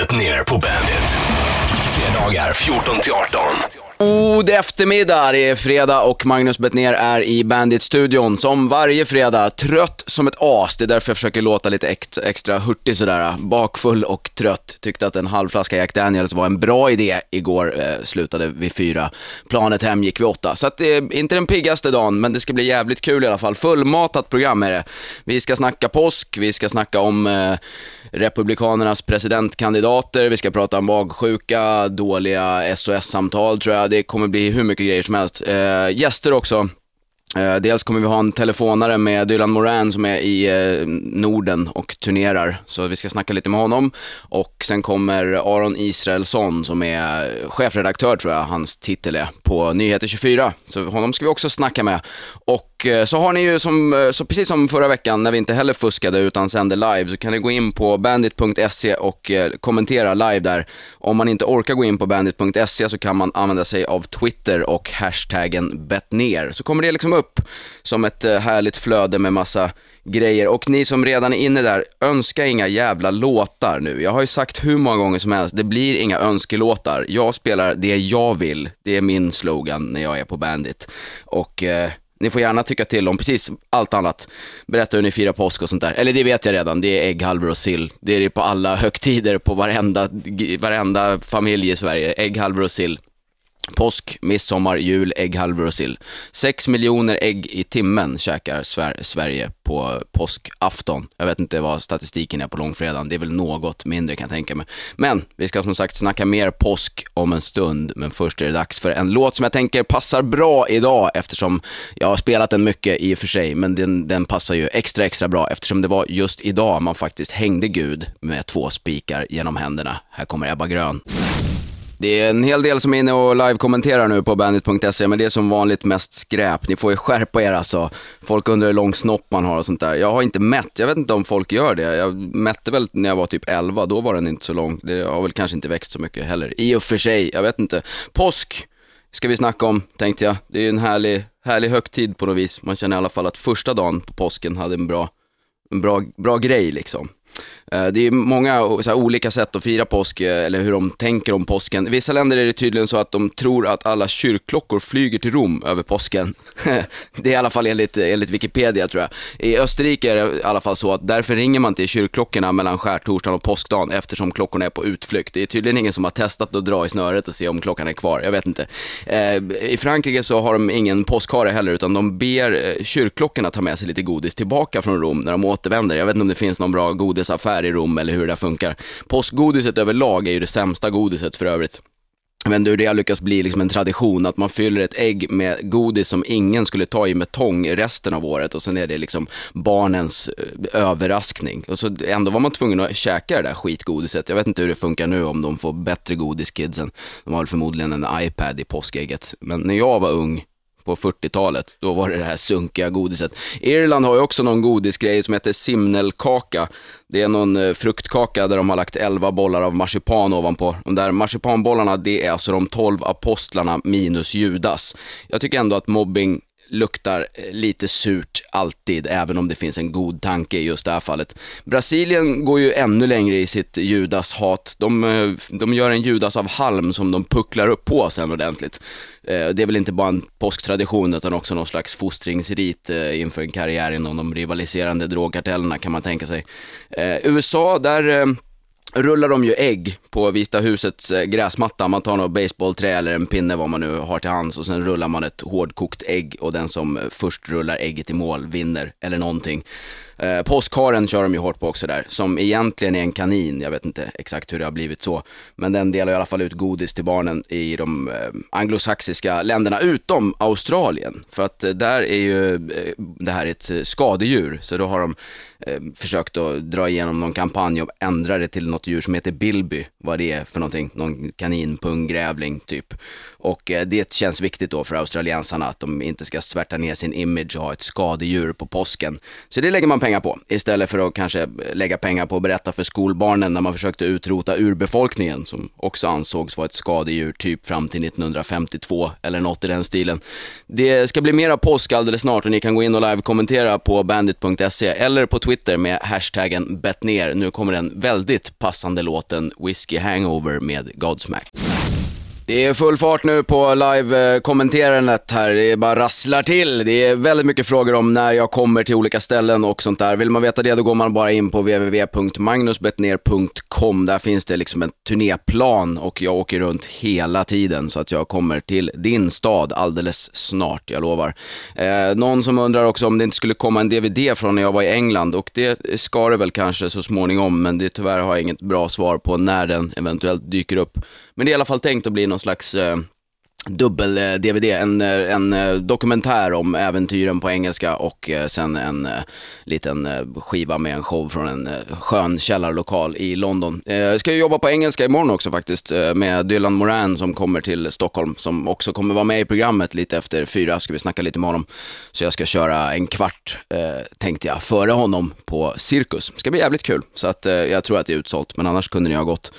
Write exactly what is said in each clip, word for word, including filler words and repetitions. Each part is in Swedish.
Bettner på Bandit. Fredagar fjorton till arton. God eftermiddag, det är fredag och Magnus Bettner är i Bandit-studion som varje fredag, trött som ett as. Det är därför jag försöker låta lite extra, extra hurtig sådär, bakfull och trött. Tyckte att en halv flaska Jack Daniels var en bra idé igår, eh, slutade vid fyra. Planet hem gick vid åtta. Så att det är inte den piggaste dagen, men det ska bli jävligt kul i alla fall. Fullmatat program är det. Vi ska snacka påsk, vi ska snacka om eh, republikanernas presidentkandidater, vi ska prata om magsjuka, dåliga S O S-samtal tror jag. Det kommer bli hur mycket grejer som helst. Eh, gäster också. Eh, dels kommer vi ha en telefonare med Dylan Moran som är i eh, Norden och turnerar. Så vi ska snacka lite med honom. Och sen kommer Aron Israelsson som är chefredaktör tror jag hans titel är på Nyheter tjugofyra. Så honom ska vi också snacka med. Och eh, så har ni ju som, så precis som förra veckan när vi inte heller fuskade utan sände live, så kan ni gå in på bandit punkt se och eh, kommentera live där. Om man inte orkar gå in på bandit punkt se så kan man använda sig av Twitter och hashtaggen Bettner. Så kommer det liksom upp som ett eh, härligt flöde med massa grejer. Och ni som redan är inne där, önska inga jävla låtar nu. Jag har ju sagt hur många gånger som helst, det blir inga önskelåtar. Jag spelar det jag vill. Det är min slogan när jag är på Bandit. Och eh, ni får gärna tycka till om precis allt annat. Berätta hur ni firar påsk och sånt där. Eller det vet jag redan, det är ägghalvor och sill. Det är det på alla högtider, på varenda, varenda familj i Sverige. Ägghalvor och sill. Påsk, midsommar, jul, ägghalvor och sill. Sex miljoner ägg i timmen käkar Sver- Sverige på påskafton. Jag vet inte vad statistiken är på långfredagen. Det är väl något mindre kan jag tänka mig. Men vi ska som sagt snacka mer påsk om en stund. Men först är det dags för en låt som jag tänker passar bra idag. Eftersom jag har spelat den mycket i och för sig. Men den, den passar ju extra extra bra. Eftersom det var just idag man faktiskt hängde Gud med två spikar genom händerna. Här kommer Ebba Grön. Det är en hel del som är inne och live-kommenterar nu på bandit punkt se, men det är som vanligt mest skräp. Ni får ju skärpa er alltså. Folk undrar hur lång snopp man har och sånt där. Jag har inte mätt, jag vet inte om folk gör det. Jag mätte väl när jag var typ elva, då var den inte så lång. Det har väl kanske inte växt så mycket heller. I och för sig, jag vet inte. Påsk ska vi snacka om, tänkte jag. Det är ju en härlig, härlig högtid på något vis. Man känner i alla fall att första dagen på påsken hade en bra, en bra, bra grej liksom. Det är många så här, olika sätt att fira påsk, eller hur de tänker om påsken. I vissa länder är det tydligen så att de tror att alla kyrkklockor flyger till Rom över påsken. Det är i alla fall enligt, enligt Wikipedia tror jag. I Österrike är det i alla fall så att därför ringer man till kyrkklockorna mellan skärtorsdagen och påskdagen, eftersom klockorna är på utflykt. Det är tydligen ingen som har testat att dra i snöret och se om klockan är kvar, jag vet inte. I Frankrike så har de ingen påskhare heller, utan de ber kyrkklockorna ta med sig lite godis tillbaka från Rom när de återvänder. Jag vet inte om det finns någon bra godisaffär i Rom eller hur det funkar. Påskgodiset överlag är ju det sämsta godiset för övrigt. Men hur det har lyckats bli liksom en tradition att man fyller ett ägg med godis som ingen skulle ta i med tång resten av året, och sen är det liksom barnens överraskning. Och så ändå var man tvungen att käka det där skitgodiset. Jag vet inte hur det funkar nu, om de får bättre godis, kidsen. De har väl förmodligen en iPad i påskägget. Men när jag var ung på fyrtiotalet, då var det det här sunkiga godiset. Irland har ju också någon godisgrej som heter simnelkaka. Det är någon fruktkaka där de har lagt elva bollar av marsipan ovanpå. De där marsipanbollarna, det är alltså de tolv apostlarna minus Judas. Jag tycker ändå att mobbing luktar lite surt alltid, även om det finns en god tanke i just det här fallet. Brasilien går ju ännu längre i sitt Judas-hat. De, de gör en Judas av halm som de pucklar upp på sen ordentligt. Det är väl inte bara en påsktradition utan också någon slags fostringsrit inför en karriär inom de rivaliserande drogkartellerna, kan man tänka sig. U S A, där rullar de ju ägg på Vita husets gräsmatta. Man tar något baseballträ eller en pinne, vad man nu har till hands, och sen rullar man ett hårdkokt ägg, och den som först rullar ägget i mål vinner, eller någonting. Eh, påskharen kör de ju hårt på också där, som egentligen är en kanin. Jag vet inte exakt hur det har blivit så, men den delar i alla fall ut godis till barnen i de eh, anglosaxiska länderna, utom Australien, för att eh, där är ju eh, det här ett skadedjur, så då har de eh, försökt att dra igenom någon kampanj och ändra det till något djur som heter Bilby, vad det är för någonting, någon kaninpunggrävling typ. Och eh, det känns viktigt då för australiensarna att de inte ska svärta ner sin image och ha ett skadedjur på påsken, så det lägger man pengar på, istället för att kanske lägga pengar på att berätta för skolbarnen när man försökte utrota urbefolkningen, som också ansågs vara ett skadedjur typ fram till nittonhundrafemtiotvå eller något i den stilen. Det ska bli mera påsk alldeles snart, och ni kan gå in och live-kommentera på bandit punkt se eller på Twitter Twitter med hashtaggen betner. Nu kommer den väldigt passande låten Whiskey Hangover med Godsmack. Det är full fart nu på live-kommenterandet här, det är bara rasslar till. Det är väldigt mycket frågor om när jag kommer till olika ställen och sånt där. Vill man veta det, då går man bara in på w w w punkt magnus betner punkt com. Där finns det liksom en turnéplan och jag åker runt hela tiden så att jag kommer till din stad alldeles snart, jag lovar. Eh, någon som undrar också om det inte skulle komma en D V D från när jag var i England, och det ska det väl kanske så småningom, men det tyvärr har jag inget bra svar på när den eventuellt dyker upp. Men det är i alla fall tänkt att bli någon slags eh, dubbel-D V D, en, en dokumentär om äventyren på engelska och eh, sen en eh, liten eh, skiva med en show från en eh, skön källarlokal i London. Eh, jag ska ju jobba på engelska imorgon också faktiskt, eh, med Dylan Moran som kommer till Stockholm, som också kommer vara med i programmet lite efter fyra, ska vi snacka lite med honom. Så jag ska köra en kvart, eh, tänkte jag, före honom på Cirkus. Det ska bli jävligt kul, så att eh, jag tror att det är utsålt, men annars kunde ni ha gått.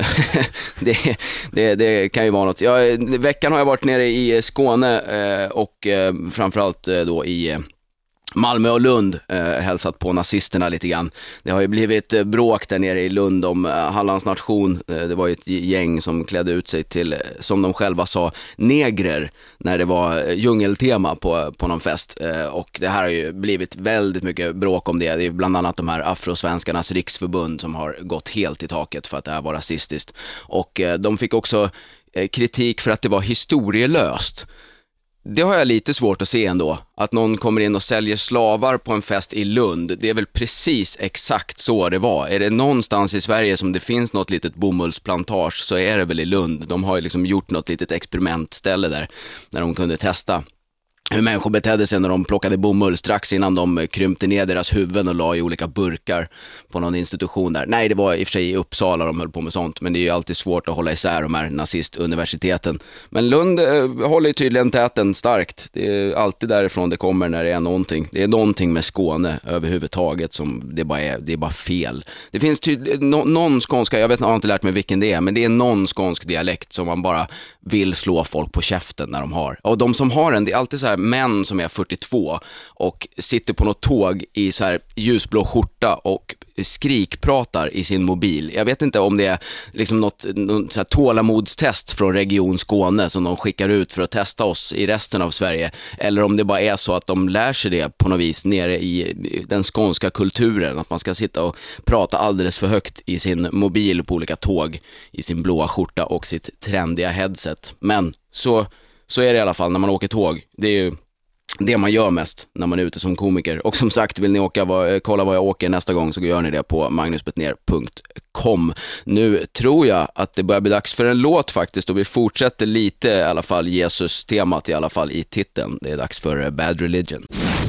det, det, det kan ju vara något. Jag, veckan har jag varit nere i Skåne eh, och eh, framförallt eh, då i eh, Malmö och Lund, eh, hälsat på nazisterna lite grann. Det har ju blivit eh, bråk där nere i Lund om eh, Hallands nation. Eh, det var ju ett gäng som klädde ut sig till, eh, som de själva sa, negrer när det var eh, djungeltema på, på någon fest. Eh, och det här har ju blivit väldigt mycket bråk om det. Det är bland annat de här afrosvenskarnas riksförbund som har gått helt i taket för att det här var rasistiskt. Och eh, de fick också eh, kritik för att det var historielöst. Det har jag lite svårt att se ändå. Att någon kommer in och säljer slavar på en fest i Lund, det är väl precis exakt så det var. Är det någonstans i Sverige som det finns något litet bomullsplantage, så är det väl i Lund. De har ju liksom gjort något litet experimentställe där, där de kunde testa hur människor betedde sig när de plockade bomull strax innan de krympte ner deras huvuden och la i olika burkar på någon institution där. Nej, det var i och för sig i Uppsala de höll på med sånt, men det är ju alltid svårt att hålla isär de här nazistuniversiteten. Men Lund eh, håller ju tydligen täten starkt. Det är alltid därifrån det kommer när det är någonting. Det är någonting med Skåne överhuvudtaget som det bara är, det är bara fel. Det finns tydligen no, någon skånska, jag vet jag har inte lärt mig vilken det är, men det är någon skånsk dialekt som man bara vill slå folk på käften när de har. Och de som har den, det är alltid så här män som är fyrtiotvå och sitter på något tåg i så här ljusblå skjorta och skrikpratar i sin mobil. Jag vet inte om det är liksom något, något så här tålamodstest från Region Skåne som de skickar ut för att testa oss i resten av Sverige, eller om det bara är så att de lär sig det på något vis nere i den skånska kulturen, att man ska sitta och prata alldeles för högt i sin mobil på olika tåg i sin blåa skjorta och sitt trendiga headset. Men så, så är det i alla fall när man åker tåg. Det är ju det man gör mest när man är ute som komiker. Och som sagt, vill ni åka, vad, kolla vad jag åker nästa gång, så gör ni det på magnus betner punkt com. Nu tror jag att det börjar bli dags för en låt faktiskt, och vi fortsätter lite i alla fall Jesus-temat i alla fall i titeln. Det är dags för Bad Religion.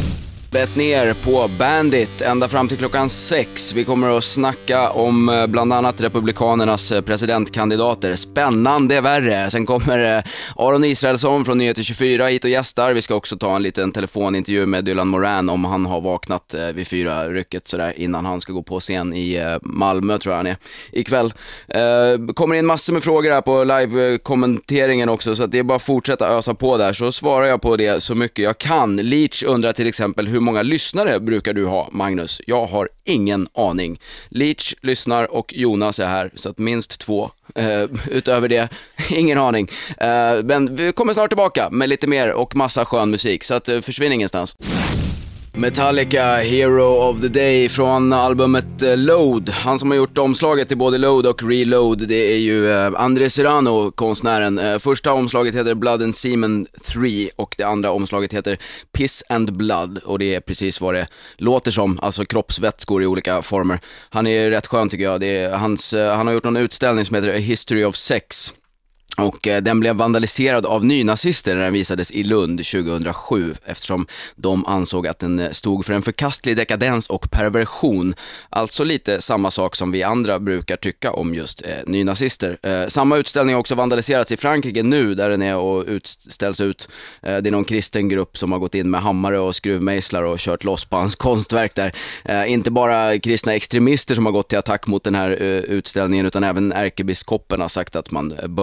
Betner på Bandit ända fram till klockan sex. Vi kommer att snacka om bland annat republikanernas presidentkandidater. Spännande värre. Sen kommer Aron Israelsson från Nyheter tjugofyra hit och gästar. Vi ska också ta en liten telefonintervju med Dylan Moran om han har vaknat vid fyra rycket sådär innan han ska gå på scen i Malmö, tror jag han är, ikväll. Kommer in massor med frågor här på live-kommenteringen också, så att det är bara att fortsätta ösa på där, så svarar jag på det så mycket jag kan. Leach undrar till exempel, hur många lyssnare brukar du ha, Magnus? Jag har ingen aning. Leach lyssnar och Jonas är här, så att minst två. Uh, utöver det, ingen aning. Uh, men vi kommer snart tillbaka med lite mer och massa skön musik, så att uh, försvinn ingenstans. Metallica, Hero of the Day från albumet Load. Han som har gjort omslaget till både Load och Reload, det är ju eh, André Serrano, konstnären. Eh, första omslaget heter Blood and Semen tre och det andra omslaget heter Piss and Blood, och det är precis vad det låter som, alltså kroppsvätskor i olika former. Han är rätt skön tycker jag. Det är hans, eh, han har gjort någon utställning som heter A History of Sex. Och eh, den blev vandaliserad av nynazister när den visades i Lund tjugohundrasju, eftersom de ansåg att den stod för en förkastlig dekadens och perversion. Alltså lite samma sak som vi andra brukar tycka om just eh, nynazister. Eh, samma utställning har också vandaliserats i Frankrike nu, där den är och utställs ut. Eh, det är någon kristen grupp som har gått in med hammare och skruvmejslar och kört loss på hans konstverk där. Eh, inte bara kristna extremister som har gått till attack mot den här eh, utställningen, utan även ärkebiskopen har sagt att man bör ta ner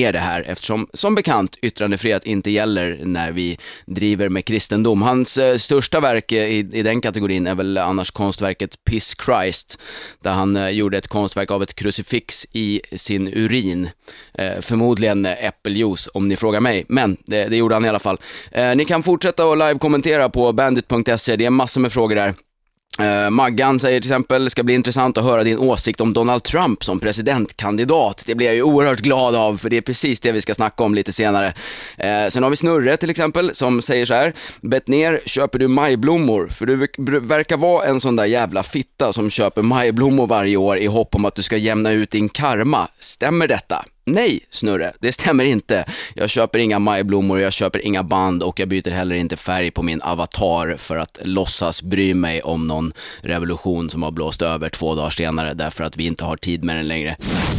ner det här eftersom, som bekant, yttrandefrihet inte gäller när vi driver med kristendom. Hans eh, största verk i, i den kategorin är väl annars konstverket Piss Christ, där han eh, gjorde ett konstverk av ett krucifix i sin urin. Eh, förmodligen äppeljuice om ni frågar mig, men det, det gjorde han i alla fall. Eh, ni kan fortsätta att live-kommentera på bandit punkt se, det är massor med frågor där. Uh, Maggan säger till exempel, ska bli intressant att höra din åsikt om Donald Trump som presidentkandidat. Det blir jag ju oerhört glad av, för det är precis det vi ska snacka om lite senare. Uh, sen har vi Snurre till exempel som säger så här: Bettner, köper du majblommor? För du verkar vara en sån där jävla fitta som köper majblommor varje år i hopp om att du ska jämna ut din karma. Stämmer detta? Nej, Snurre, det stämmer inte. Jag köper inga majblommor, jag köper inga band och jag byter heller inte färg på min avatar för att låtsas bry mig om någon revolution som har blåst över två dagar senare därför att vi inte har tid med den längre.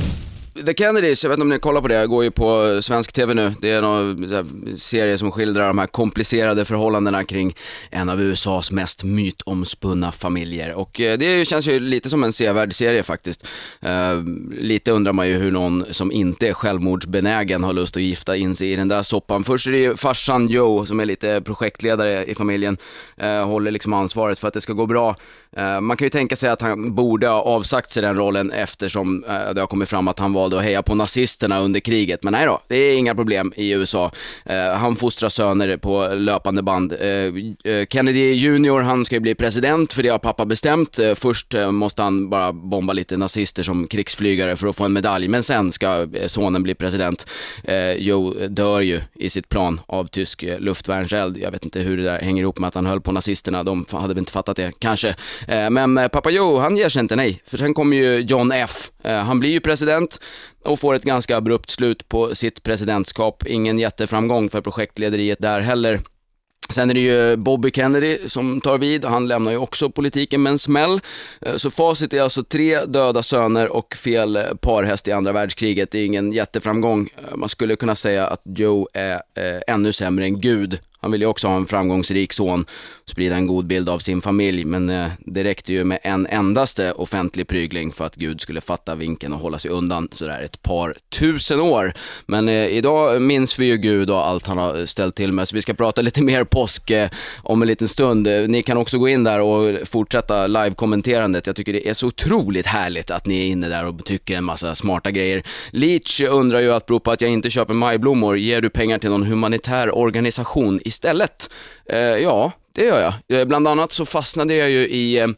The Kennedys, jag vet inte om ni kollar på det, jag går ju på svensk tv nu. Det är någon serie som skildrar de här komplicerade förhållandena kring en av U S A:s mest mytomspunna familjer. Och det känns ju lite som en sevärd serie faktiskt. Uh, lite undrar man ju hur någon som inte är självmordsbenägen har lust att gifta in sig i den där soppan. Först är det ju farsan Joe som är lite projektledare i familjen. Uh, håller liksom ansvaret för att det ska gå bra. Uh, man kan ju tänka sig att han borde ha avsagt sig den rollen eftersom uh, det har kommit fram att han valde att heja på nazisterna under kriget. Men nej då, det är inga problem i U S A. Uh, han fostrar söner på löpande band. Uh, uh, Kennedy junior, han ska ju bli president för det har pappa bestämt. Uh, först uh, måste han bara bomba lite nazister som krigsflygare för att få en medalj. Men sen ska uh, sonen bli president. Uh, Joe dör ju i sitt plan av tysk uh, luftvärnseld. Jag vet inte hur det där hänger ihop med att han höll på nazisterna. De hade väl inte fattat det, kanske. Men pappa Joe, han ger sig inte nej. För sen kommer ju John F. Han blir ju president och får ett ganska abrupt slut på sitt presidentskap. Ingen jätteframgång för projektlederiet där heller. Sen är det ju Bobby Kennedy som tar vid. Han lämnar ju också politiken med en smäll. Så facit är alltså tre döda söner och fel parhäst i andra världskriget. Det är ingen jätteframgång. Man skulle kunna säga att Joe är eh, ännu sämre än Gud. Han vill ju också ha en framgångsrik son, sprida en god bild av sin familj, men eh, det räckte ju med en endaste offentlig prygling för att Gud skulle fatta vinken och hålla sig undan sådär ett par tusen år. Men eh, idag minns vi ju Gud och allt han har ställt till med, så vi ska prata lite mer påsk eh, om en liten stund. Eh, ni kan också gå in där och fortsätta live-kommenterandet. Jag tycker det är så otroligt härligt att ni är inne där och tycker en massa smarta grejer. Leach undrar ju att bero på att jag inte köper majblommor, ger du pengar till någon humanitär organisation i istället? Eh, ja, det gör jag. Eh, bland annat så fastnade jag ju i eh,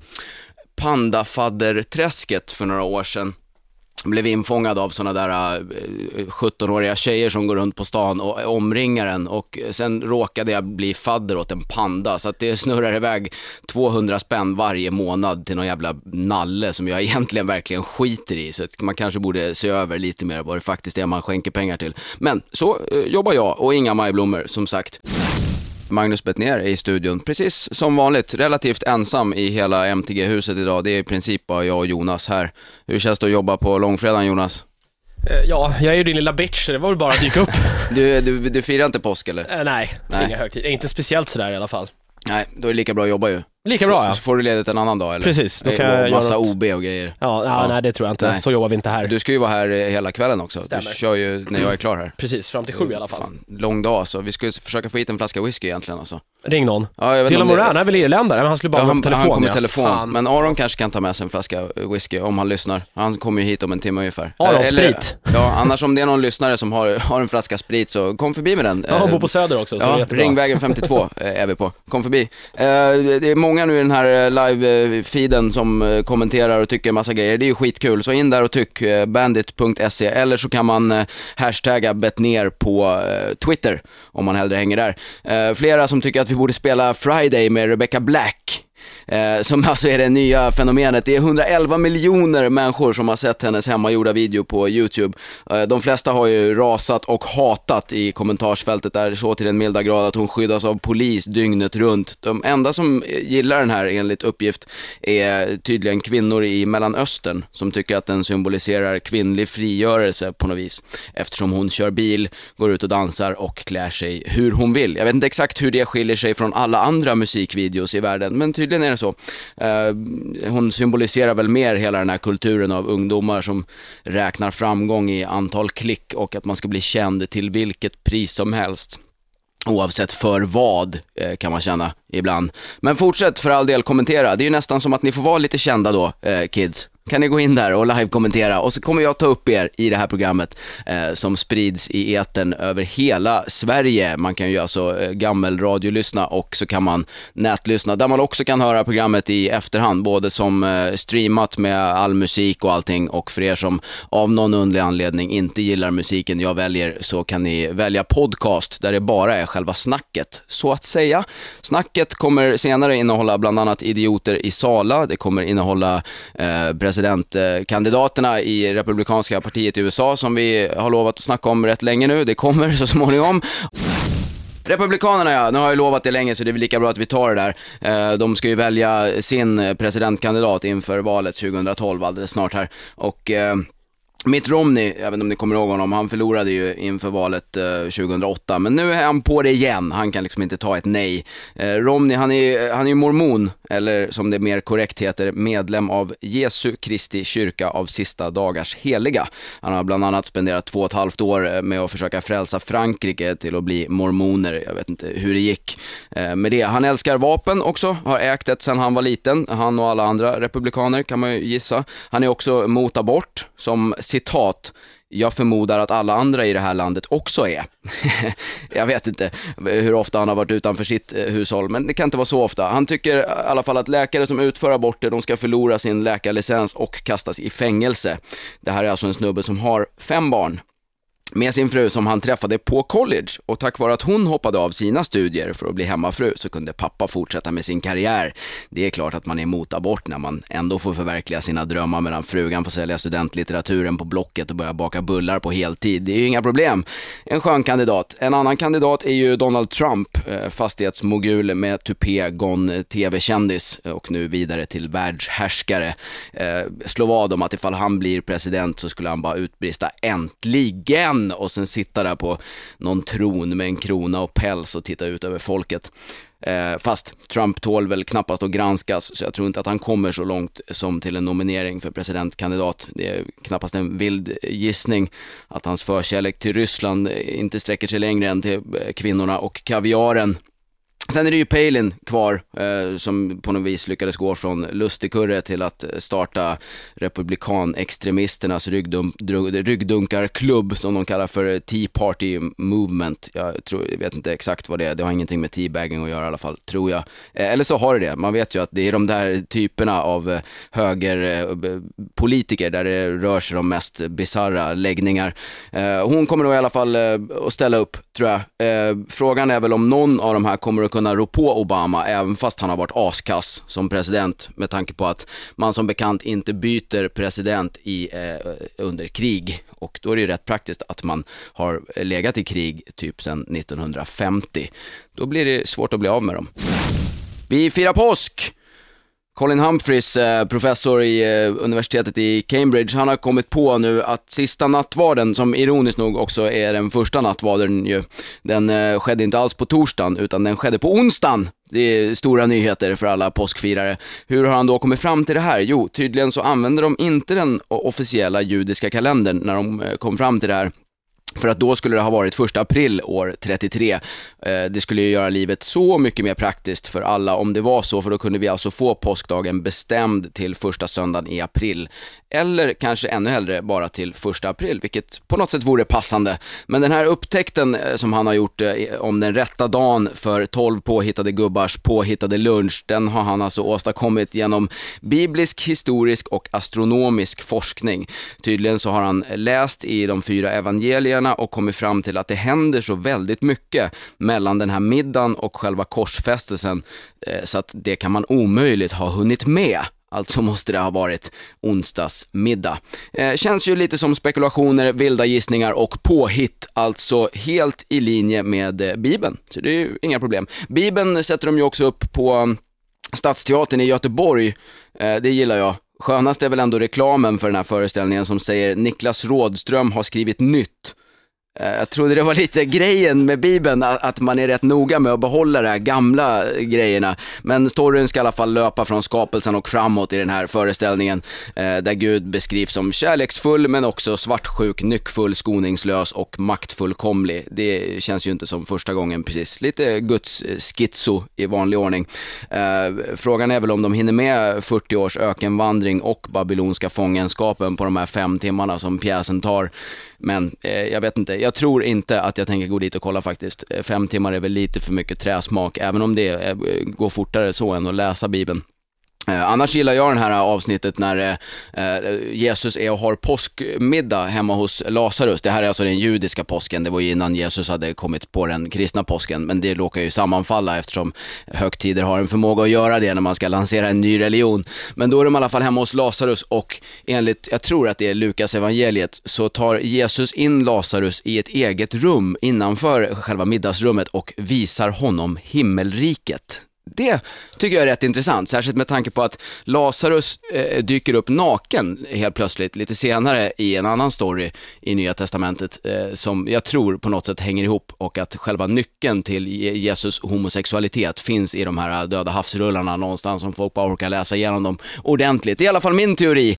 pandafadderträsket för några år sedan. Blev infångad av såna där uh, sjutton-åriga tjejer som går runt på stan och omringar en, och sen råkade jag bli fadder åt en panda, så att det snurrar iväg tvåhundra spänn varje månad till någon jävla nalle som jag egentligen verkligen skiter i, så att man kanske borde se över lite mer vad det faktiskt är man skänker pengar till. Men så uh, jobbar jag, och inga majblommor som sagt. Magnus Bettner i studion, precis som vanligt, relativt ensam i hela M T G-huset idag. Det är i princip bara jag och Jonas här. Hur känns det att jobba på långfredagen, Jonas? Ja, jag är ju din lilla bitch, så det var väl bara att dyka upp. du, du, du firar inte påsk, eller? Äh, nej, nej. Inga högtid. Inte speciellt sådär i alla fall. Nej, då är det lika bra att jobba ju. Lika bra, ja. Så får du ledigt en annan dag, eller? Precis. Då kan jag massa O B och grejer. Ja, ja, ja, nej, det tror jag inte. Nej. Så jobbar vi inte här. Du ska ju vara här hela kvällen också. Stämmer. Du kör ju när jag är klar här. Precis, fram till sju i alla fall. Fan, lång dag, så vi skulle försöka få hit en flaska whisky egentligen alltså. Ring någon. Ja, jag vet Dylan det... Moran är väl irländare, men han skulle bara ja, ha han, telefon. han kommer ja. telefon. Fan. Men Aron kanske kan ta med sig en flaska whisky om han lyssnar. Han kommer ju hit om en timme ungefär. Aron, Eller, sprit. Ja, annars om det är någon lyssnare som har, har en flaska sprit, så kom förbi med den. Ja, han bor på Söder också, så ja, det är jättebra. Ringvägen femtiotvå är vi på. Kom förbi. Det är många nu i den här live-feeden som kommenterar och tycker en massa grejer. Det är ju skitkul. Så in där och tyck bandit punkt se, eller så kan man hashtagga Bettner på Twitter om man hellre hänger där. Flera som tycker att vi borde spela Friday med Rebecca Black. Eh, som alltså är det nya fenomenet. Det är hundraelva miljoner människor som har sett hennes hemmagjorda video på YouTube. eh, De flesta har ju rasat och hatat i kommentarsfältet där, så till den milda grad att hon skyddas av polis dygnet runt. De enda som gillar den här enligt uppgift är tydligen kvinnor i Mellanöstern, som tycker att den symboliserar kvinnlig frigörelse på något vis, eftersom hon kör bil, går ut och dansar och klär sig hur hon vill. Jag vet inte exakt hur det skiljer sig från alla andra musikvideos i världen, men tydligen tydligen är det så. Eh, hon symboliserar väl mer hela den här kulturen av ungdomar som räknar framgång i antal klick och att man ska bli känd till vilket pris som helst. Oavsett för vad eh, kan man känna ibland. Men fortsätt för all del kommentera. Det är ju nästan som att ni får vara lite kända då, eh, kids. Kan ni gå in där och live-kommentera. Och så kommer jag ta upp er i det här programmet eh, som sprids i etern över hela Sverige. Man kan ju alltså eh, gammelradiolyssna och så kan man nätlyssna. Där man också kan höra programmet i efterhand. Både som eh, streamat med all musik och allting. Och för er som av någon underlig anledning inte gillar musiken jag väljer, så kan ni välja podcast där det bara är själva snacket, så att säga. Snacket kommer senare innehålla bland annat idioter i Sala. Det kommer innehålla eh, presidentkandidaterna i Republikanska partiet i U S A som vi har lovat att snacka om rätt länge nu. Det kommer så småningom. Republikanerna, ja, nu har jag lovat det länge så det är väl lika bra att vi tar det där. De ska ju välja sin presidentkandidat inför valet tjugohundratolv alldeles snart här. Och Mitt Romney, jag vet inte om ni kommer ihåg honom, han förlorade ju inför valet eh, tjugohundraåtta, men nu är han på det igen. Han kan liksom inte ta ett nej. Eh, Romney, han är, han är ju mormon, eller som det mer korrekt heter, medlem av Jesu Kristi kyrka av sista dagars heliga. Han har bland annat spenderat två och ett halvt år med att försöka frälsa Frankrike till att bli mormoner. Jag vet inte hur det gick eh, med det. Han älskar vapen också, har ägt ett sedan han var liten. Han och alla andra republikaner kan man ju gissa. Han är också mot abort, som citat, jag förmodar att alla andra i det här landet också är. Jag vet inte hur ofta han har varit utanför sitt hushåll, men det kan inte vara så ofta. Han tycker i alla fall att läkare som utför aborter, de ska förlora sin läkarlicens och kastas i fängelse. Det här är alltså en snubbe som har fem barn med sin fru som han träffade på college, och tack vare att hon hoppade av sina studier för att bli hemmafru så kunde pappa fortsätta med sin karriär. Det är klart att man är emot abort när man ändå får förverkliga sina drömmar medan frugan får sälja studentlitteraturen på Blocket och börja baka bullar på heltid. Det är ju inga problem. En skön kandidat. En annan kandidat är ju Donald Trump, fastighetsmogul med tupé, gon tv-kändis och nu vidare till världshärskare. Slå vad om att ifall han blir president så skulle han bara utbrista äntligen och sen sitta där på någon tron med en krona och päls och titta ut över folket. Eh, fast Trump tål väl knappast att granskas, så jag tror inte att han kommer så långt som till en nominering för presidentkandidat. Det är knappast en vild gissning att hans förkärlek till Ryssland inte sträcker sig längre än till kvinnorna och kaviaren. Sen är det ju Palin kvar eh, som på något vis lyckades gå från lustigkurre till att starta republikanextremisternas ryggdum, ryggdunkarklubb som de kallar för Tea Party Movement. Jag, tror, jag vet inte exakt vad det är, det har ingenting med teabagging att göra i alla fall, tror jag. Eh, eller så har det det, man vet ju att det är de där typerna av högerpolitiker där det rör sig om mest bizarra läggningar. Eh, hon kommer då i alla fall eh, att ställa upp, tror jag. Eh, frågan är väl om någon av de här kommer att kunna rå på Obama även fast han har varit askass som president, med tanke på att man som bekant inte byter president i, eh, under krig, och då är det ju rätt praktiskt att man har legat i krig typ sedan nittonhundrafemtio. Då blir det svårt att bli av med dem. Vi firar påsk! Colin Humphreys, professor i universitetet i Cambridge, han har kommit på nu att sista nattvarden, som ironiskt nog också är den första nattvarden ju, den skedde inte alls på torsdagen utan den skedde på onsdagen. Det är stora nyheter för alla påskfirare. Hur har han då kommit fram till det här? Jo, tydligen så använder de inte den officiella judiska kalendern när de kom fram till det här. För att då skulle det ha varit första april år trettiotre. Det skulle ju göra livet så mycket mer praktiskt för alla om det var så, för då kunde vi alltså få påskdagen bestämd till första söndagen i april. Eller kanske ännu hellre bara till första april, vilket på något sätt vore passande. Men den här upptäckten som han har gjort om den rätta dagen för tolv påhittade gubbars påhittade lunch, den har han alltså åstadkommit genom biblisk, historisk och astronomisk forskning. Tydligen så har han läst i de fyra evangelierna och kommit fram till att det händer så väldigt mycket mellan den här middagen och själva korsfästelsen, så att det kan man omöjligt ha hunnit med. Alltså måste det ha varit onsdagsmiddag. Eh, känns ju lite som spekulationer, vilda gissningar och påhitt. Alltså helt i linje med eh, Bibeln. Så det är ju inga problem. Bibeln sätter de ju också upp på Stadsteatern i Göteborg. Eh, det gillar jag. Skönast är väl ändå reklamen för den här föreställningen som säger Niklas Rådström har skrivit nytt. Jag trodde det var lite grejen med Bibeln, att man är rätt noga med att behålla de här gamla grejerna. Men storyn ska i alla fall löpa från skapelsen och framåt i den här föreställningen, där Gud beskrivs som kärleksfull men också svartsjuk, nyckfull, skoningslös och maktfullkomlig. Det känns ju inte som första gången precis. Lite Guds schizo i vanlig ordning. Frågan är väl om de hinner med fyrtio års ökenvandring och babylonska fångenskapen på de här fem timmarna som pjäsen tar. Men eh, jag vet inte, jag tror inte att jag tänker gå dit och kolla faktiskt. Fem timmar är väl lite för mycket träsmak, även om det eh, går fortare så än att läsa Bibeln. Eh, annars gillar jag den här avsnittet när eh, Jesus är och har påskmiddag hemma hos Lazarus. Det här är alltså den judiska påsken, det var ju innan Jesus hade kommit på den kristna påsken. Men det råkar ju sammanfalla eftersom högtider har en förmåga att göra det när man ska lansera en ny religion. Men då är de i alla fall hemma hos Lazarus, och enligt, jag tror att det är Lukas evangeliet, så tar Jesus in Lazarus i ett eget rum innanför själva middagsrummet och visar honom himmelriket. Det tycker jag är rätt intressant, särskilt med tanke på att Lazarus eh, dyker upp naken helt plötsligt lite senare i en annan story i Nya Testamentet eh, som jag tror på något sätt hänger ihop, och att själva nyckeln till Jesus homosexualitet finns i de här döda havsrullarna någonstans, som folk bara orkar läsa igenom dem ordentligt. Det är i alla fall min teori.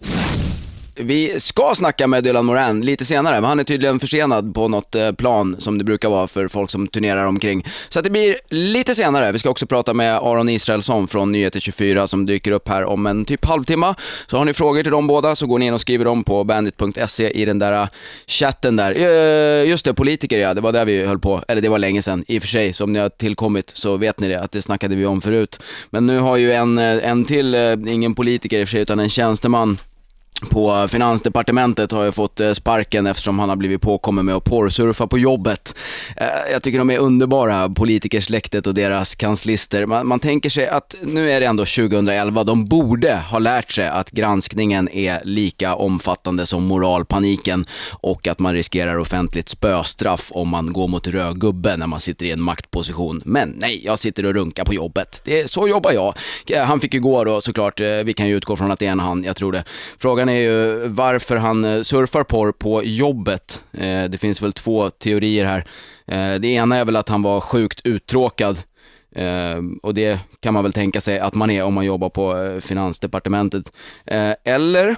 Vi ska snacka med Dylan Moran lite senare, men han är tydligen försenad på något plan som det brukar vara för folk som turnerar omkring. Så att det blir lite senare. Vi ska också prata med Aron Israelsson från Nyheter tjugofyra som dyker upp här om en typ halvtimme. Så har ni frågor till dem båda så går ni in och skriver dem på bandit punkt se i den där chatten där. Just det, politiker, ja, det var där vi höll på. Eller det var länge sedan. I och för sig, som ni har tillkommit så vet ni det, att det snackade vi om förut. Men nu har ju en, en till, ingen politiker i och för sig utan en tjänsteman på Finansdepartementet har jag fått sparken eftersom han har blivit påkommen med att porrsurfa på jobbet. Jag tycker de är underbara, politikersläktet och deras kanslister. Man, man tänker sig att nu är det ändå tjugohundraelva. De borde ha lärt sig att granskningen är lika omfattande som moralpaniken, och att man riskerar offentligt spöstraff om man går mot rödgubbe när man sitter i en maktposition. Men nej, jag sitter och runkar på jobbet. Det är, så jobbar jag. Han fick ju gå då såklart. Vi kan ju utgå från att det är en han, jag tror det. Frågan är ju varför han surfar porr på jobbet. Eh, det finns väl två teorier här. Eh, det ena är väl att han var sjukt uttråkad. Eh, och det kan man väl tänka sig att man är om man jobbar på eh, Finansdepartementet. Eh, eller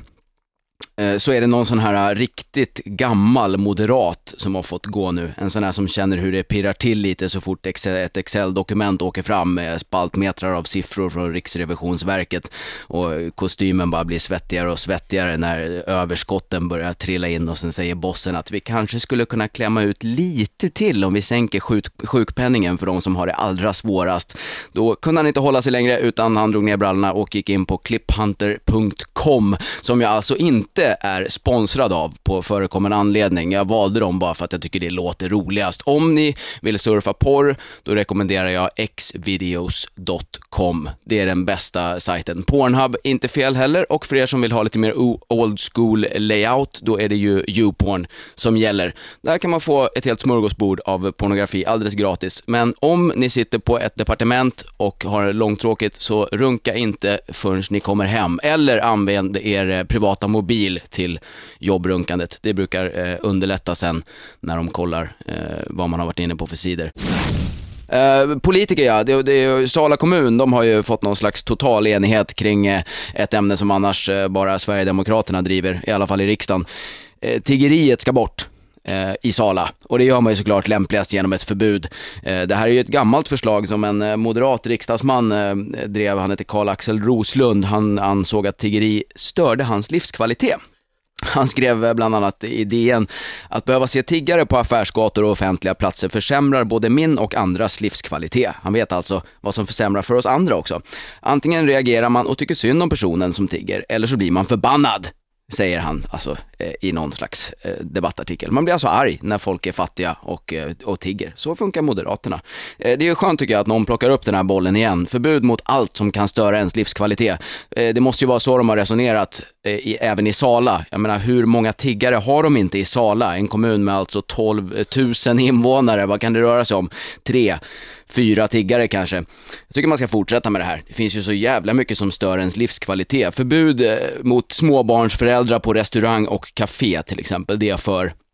så är det någon sån här riktigt gammal moderat som har fått gå nu. En sån här som känner hur det pirrar till lite så fort ett Excel-dokument åker fram med spaltmetrar av siffror från Riksrevisionsverket, och kostymen bara blir svettigare och svettigare när överskotten börjar trilla in, och sen säger bossen att vi kanske skulle kunna klämma ut lite till om vi sänker sjuk sjukpenningen för de som har det allra svårast. Då kunde han inte hålla sig längre, utan han drog ner brallorna och gick in på cliphunter punkt com, som jag alltså inte är sponsrad av på förekommande anledning. Jag valde dem bara för att jag tycker det låter roligast. Om ni vill surfa porr, då rekommenderar jag x videos punkt com. Det är den bästa sajten. Pornhub, inte fel heller. Och för er som vill ha lite mer old school layout, då är det ju YouPorn som gäller. Där kan man få ett helt smörgåsbord av pornografi alldeles gratis. Men om ni sitter på ett departement och har långtråkigt, så runka inte förrän ni kommer hem. Eller använd er privata mobil till jobbrunkandet. Det brukar eh, underlätta sen när de kollar eh, vad man har varit inne på för sidor. Uh, politiker, ja, det, det, Sala kommun, de har ju fått någon slags total enighet kring uh, ett ämne som annars uh, bara Sverigedemokraterna driver, i alla fall i riksdagen. Uh, tiggeriet ska bort uh, i Sala, och det gör man ju såklart lämpligast genom ett förbud. Uh, det här är ju ett gammalt förslag som en uh, moderat riksdagsman uh, drev. Han heter Karl-Axel Roslund. Han ansåg att tiggeri störde hans livskvalitet. Han skrev bland annat i D N: att behöva se tiggare på affärsgator och offentliga platser försämrar både min och andras livskvalitet. Han vet alltså vad som försämrar för oss andra också. Antingen reagerar man och tycker synd om personen som tigger, eller så blir man förbannad, säger han alltså eh, i någon slags eh, debattartikel. Man blir alltså arg när folk är fattiga och, eh, och tigger. Så funkar Moderaterna. Eh, det är ju skönt tycker jag att någon plockar upp den här bollen igen. Förbud mot allt som kan störa ens livskvalitet. Eh, det måste ju vara så de har resonerat eh, i, även i Sala. Jag menar, hur många tiggare har de inte i Sala? En kommun med alltså tolv tusen invånare. Vad kan det röra sig om? Tre, fyra tiggare kanske. Jag tycker man ska fortsätta med det här. Det finns ju så jävla mycket som stör ens livskvalitet. Förbud eh, mot småbarnsföräldrar på restaurang och café till exempel. Det är för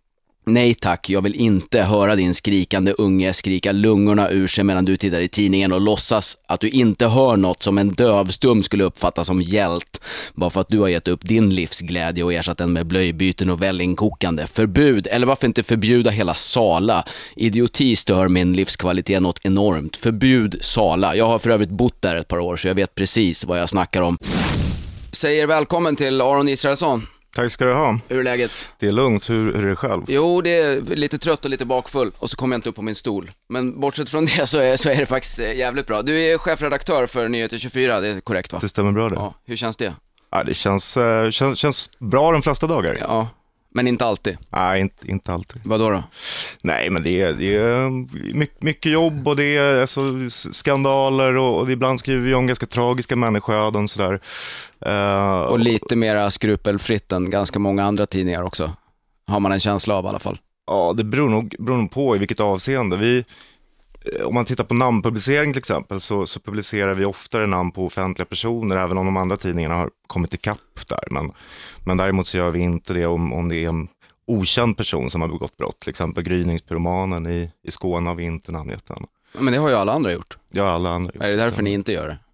Nej tack, jag vill inte höra din skrikande unge skrika lungorna ur sig medan du tittar i tidningen och låtsas att du inte hör något som en dövstum skulle uppfatta som hjält, bara för att du har gett upp din livsglädje och ersatt den med blöjbyten och vällingkokande. Förbud, eller varför inte förbjuda hela Sala? Idioti stör min livskvalitet något enormt. Förbjud Sala. Jag har för övrigt bott där ett par år så jag vet precis vad jag snackar om. Säger välkommen till Aron Israelsson. Tack ska du ha. Hur är läget? Det är lugnt, hur, hur är det själv? Jo, det är lite trött och lite bakfull. Och så kommer jag inte upp på min stol. Men bortsett från det så är, så är det faktiskt jävligt bra. Du är chefredaktör för Nyheter tjugofyra, det är korrekt va? Det stämmer bra det. Ja, hur känns det? Ja, det känns, uh, känns, känns bra de flesta dagar. Ja, men inte alltid. Nej, inte, inte alltid. Vad då då? Nej, men det är, det är mycket, mycket jobb och det är alltså, skandaler och, och ibland skriver vi om ganska tragiska människoöden sådär. Uh, och lite mera skrupelfritt än ganska många andra tidningar också. Har man en känsla av i alla fall. Ja, det beror nog, beror nog på i vilket avseende. Vi, om man tittar på namnpublicering till exempel så, så publicerar vi oftare namn på offentliga personer även om de andra tidningarna har kommit i kapp där. Men, men däremot så gör vi inte det om, om det är en okänd person som har begått brott. Till exempel gryningspyromanen i, i Skåne har vi inte namngett än. Men det har ju alla andra gjort. Ja, alla andra gjort. Är det därför ni inte gör det?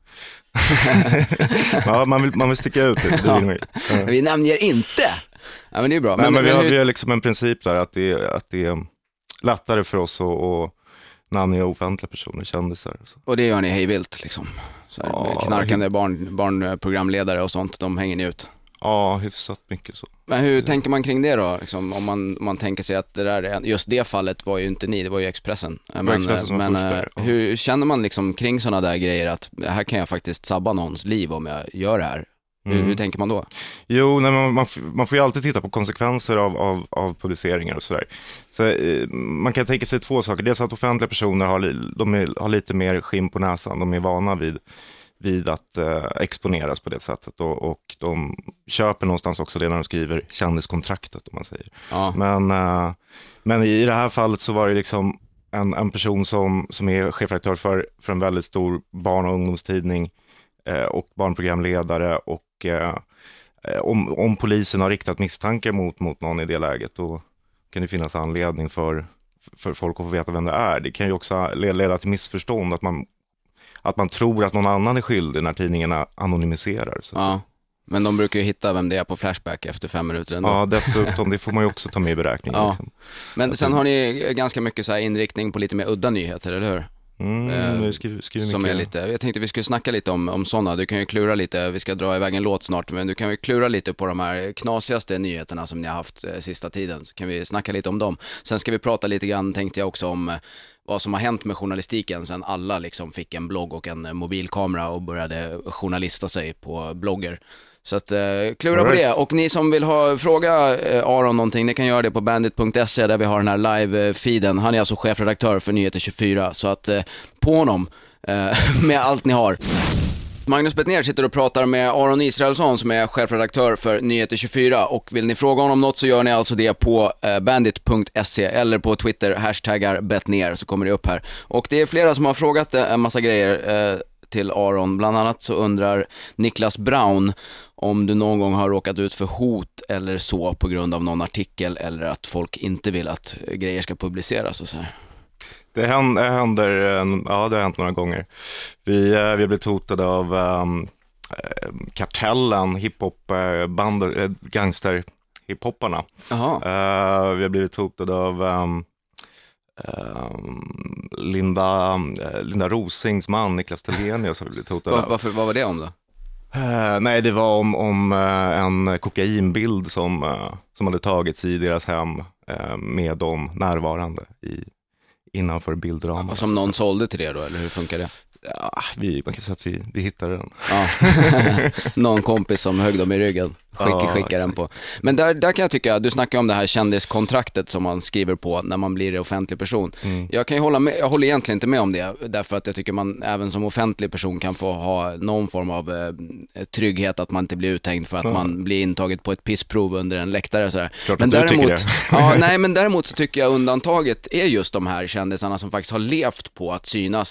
Ja, man vill, man vill sticka ut det, det vill vi. Ja. Vi namnger inte! Ja, men det är bra. Nej, men, men vi, men har, hur... vi har liksom en princip där att det, att det är lättare för oss att, att namnge offentliga personer, kändisar. Och, så. och det gör ni hejvilt liksom? Så här, ja, knarkande barn, barnprogramledare och sånt, de hänger ni ut? Ja, hyfsat mycket så. Men hur tänker man kring det då? Liksom, om man, om man tänker sig att det där, just det fallet var ju inte ni, det var ju Expressen. Men, Expressen men först, ja. Hur känner man liksom kring sådana där grejer att här kan jag faktiskt sabba någons liv om jag gör det här? Hur, Mm. hur tänker man då? Jo, nej, man, man, man får ju alltid titta på konsekvenser av, av, av publiceringar och sådär. Så, eh, man kan tänka sig två saker. Dels att offentliga personer har, li, de är, har lite mer skinn på näsan. De är vana vid, vid att eh, exponeras på det sättet. Och, och de köper någonstans också det när de skriver kändiskontraktet, om man säger. Ja. Men, eh, men i det här fallet så var det liksom en, en person som, som är chefredaktör för, för en väldigt stor barn- och ungdomstidning eh, och barnprogramledare och eh, om, om polisen har riktat misstankar mot, mot någon i det läget, då kan det finnas anledning för, för folk att få veta vem det är. Det kan ju också leda till missförstånd att man, att man tror att någon annan är skyldig när tidningarna anonymiserar. Så. Ja, men de brukar ju hitta vem det är på Flashback efter fem minuter ändå. Ja, dessutom, det får man ju också ta med i beräkningen. Ja. Liksom. Men sen har ni ganska mycket så här inriktning på lite mer udda nyheter, eller hur? Mm, Eh, skriver, skriver som är lite, jag tänkte vi skulle snacka lite om, om sådana. Du kan ju klura lite, vi ska dra iväg en låt snart, men du kan ju klura lite på de här knasigaste nyheterna som ni har haft eh, sista tiden, så kan vi snacka lite om dem. Sen ska vi prata lite grann, tänkte jag också, om eh, vad som har hänt med journalistiken sen alla liksom fick en blogg och en eh, mobilkamera och började journalista sig på blogger. Så att, eh, klura på det. Och ni som vill ha, fråga eh, Aron någonting, ni kan göra det på bandit punkt se där vi har den här live-feeden. Han är alltså chefredaktör för Nyheter tjugofyra, så att eh, på honom eh, med allt ni har. Magnus Bettner sitter och pratar med Aron Israelsson som är chefredaktör för Nyheter tjugofyra, och vill ni fråga honom något så gör ni alltså det på eh, bandit punkt se eller på Twitter, hashtaggar Bettner, så kommer det upp här. Och det är flera som har frågat eh, en massa grejer eh, till Aron. Bland annat så undrar Niklas Braun om du någon gång har råkat ut för hot eller så på grund av någon artikel, eller att folk inte vill att grejer ska publiceras och så här. Det händer, händer, ja det har hänt några gånger. Vi, vi har blivit hotade av um, Kartellen, hiphop, band, gangster hiphopparna. Jaha. Uh, vi har blivit hotade av um, um, Linda, uh, Linda Rosings man, Niklas Tellenius har vi blivit hotade Var, av. varför, vad var det om då? Uh, nej, det var om, om uh, en kokainbild som, uh, som hade tagits i deras hem uh, med dem närvarande i innanför bildramen. Ja, som någon sålde till det då, eller hur funkar det? Ja, vi, man kan säga att vi, vi hittade den. Ja. Någon kompis som högg dem i ryggen. Skick, ja, skickar den på. Men där, där kan jag tycka, du snackar om det här kändiskontraktet som man skriver på när man blir offentlig person. Mm. Jag kan ju hålla med, jag håller egentligen inte med om det, därför att jag tycker man även som offentlig person kan få ha någon form av eh, trygghet att man inte blir uthängd för att ja. man blir intaget på ett pissprov under en läktare. Sådär. Men däremot, ja, nej, men däremot så tycker jag undantaget är just de här kändisarna som faktiskt har levt på att synas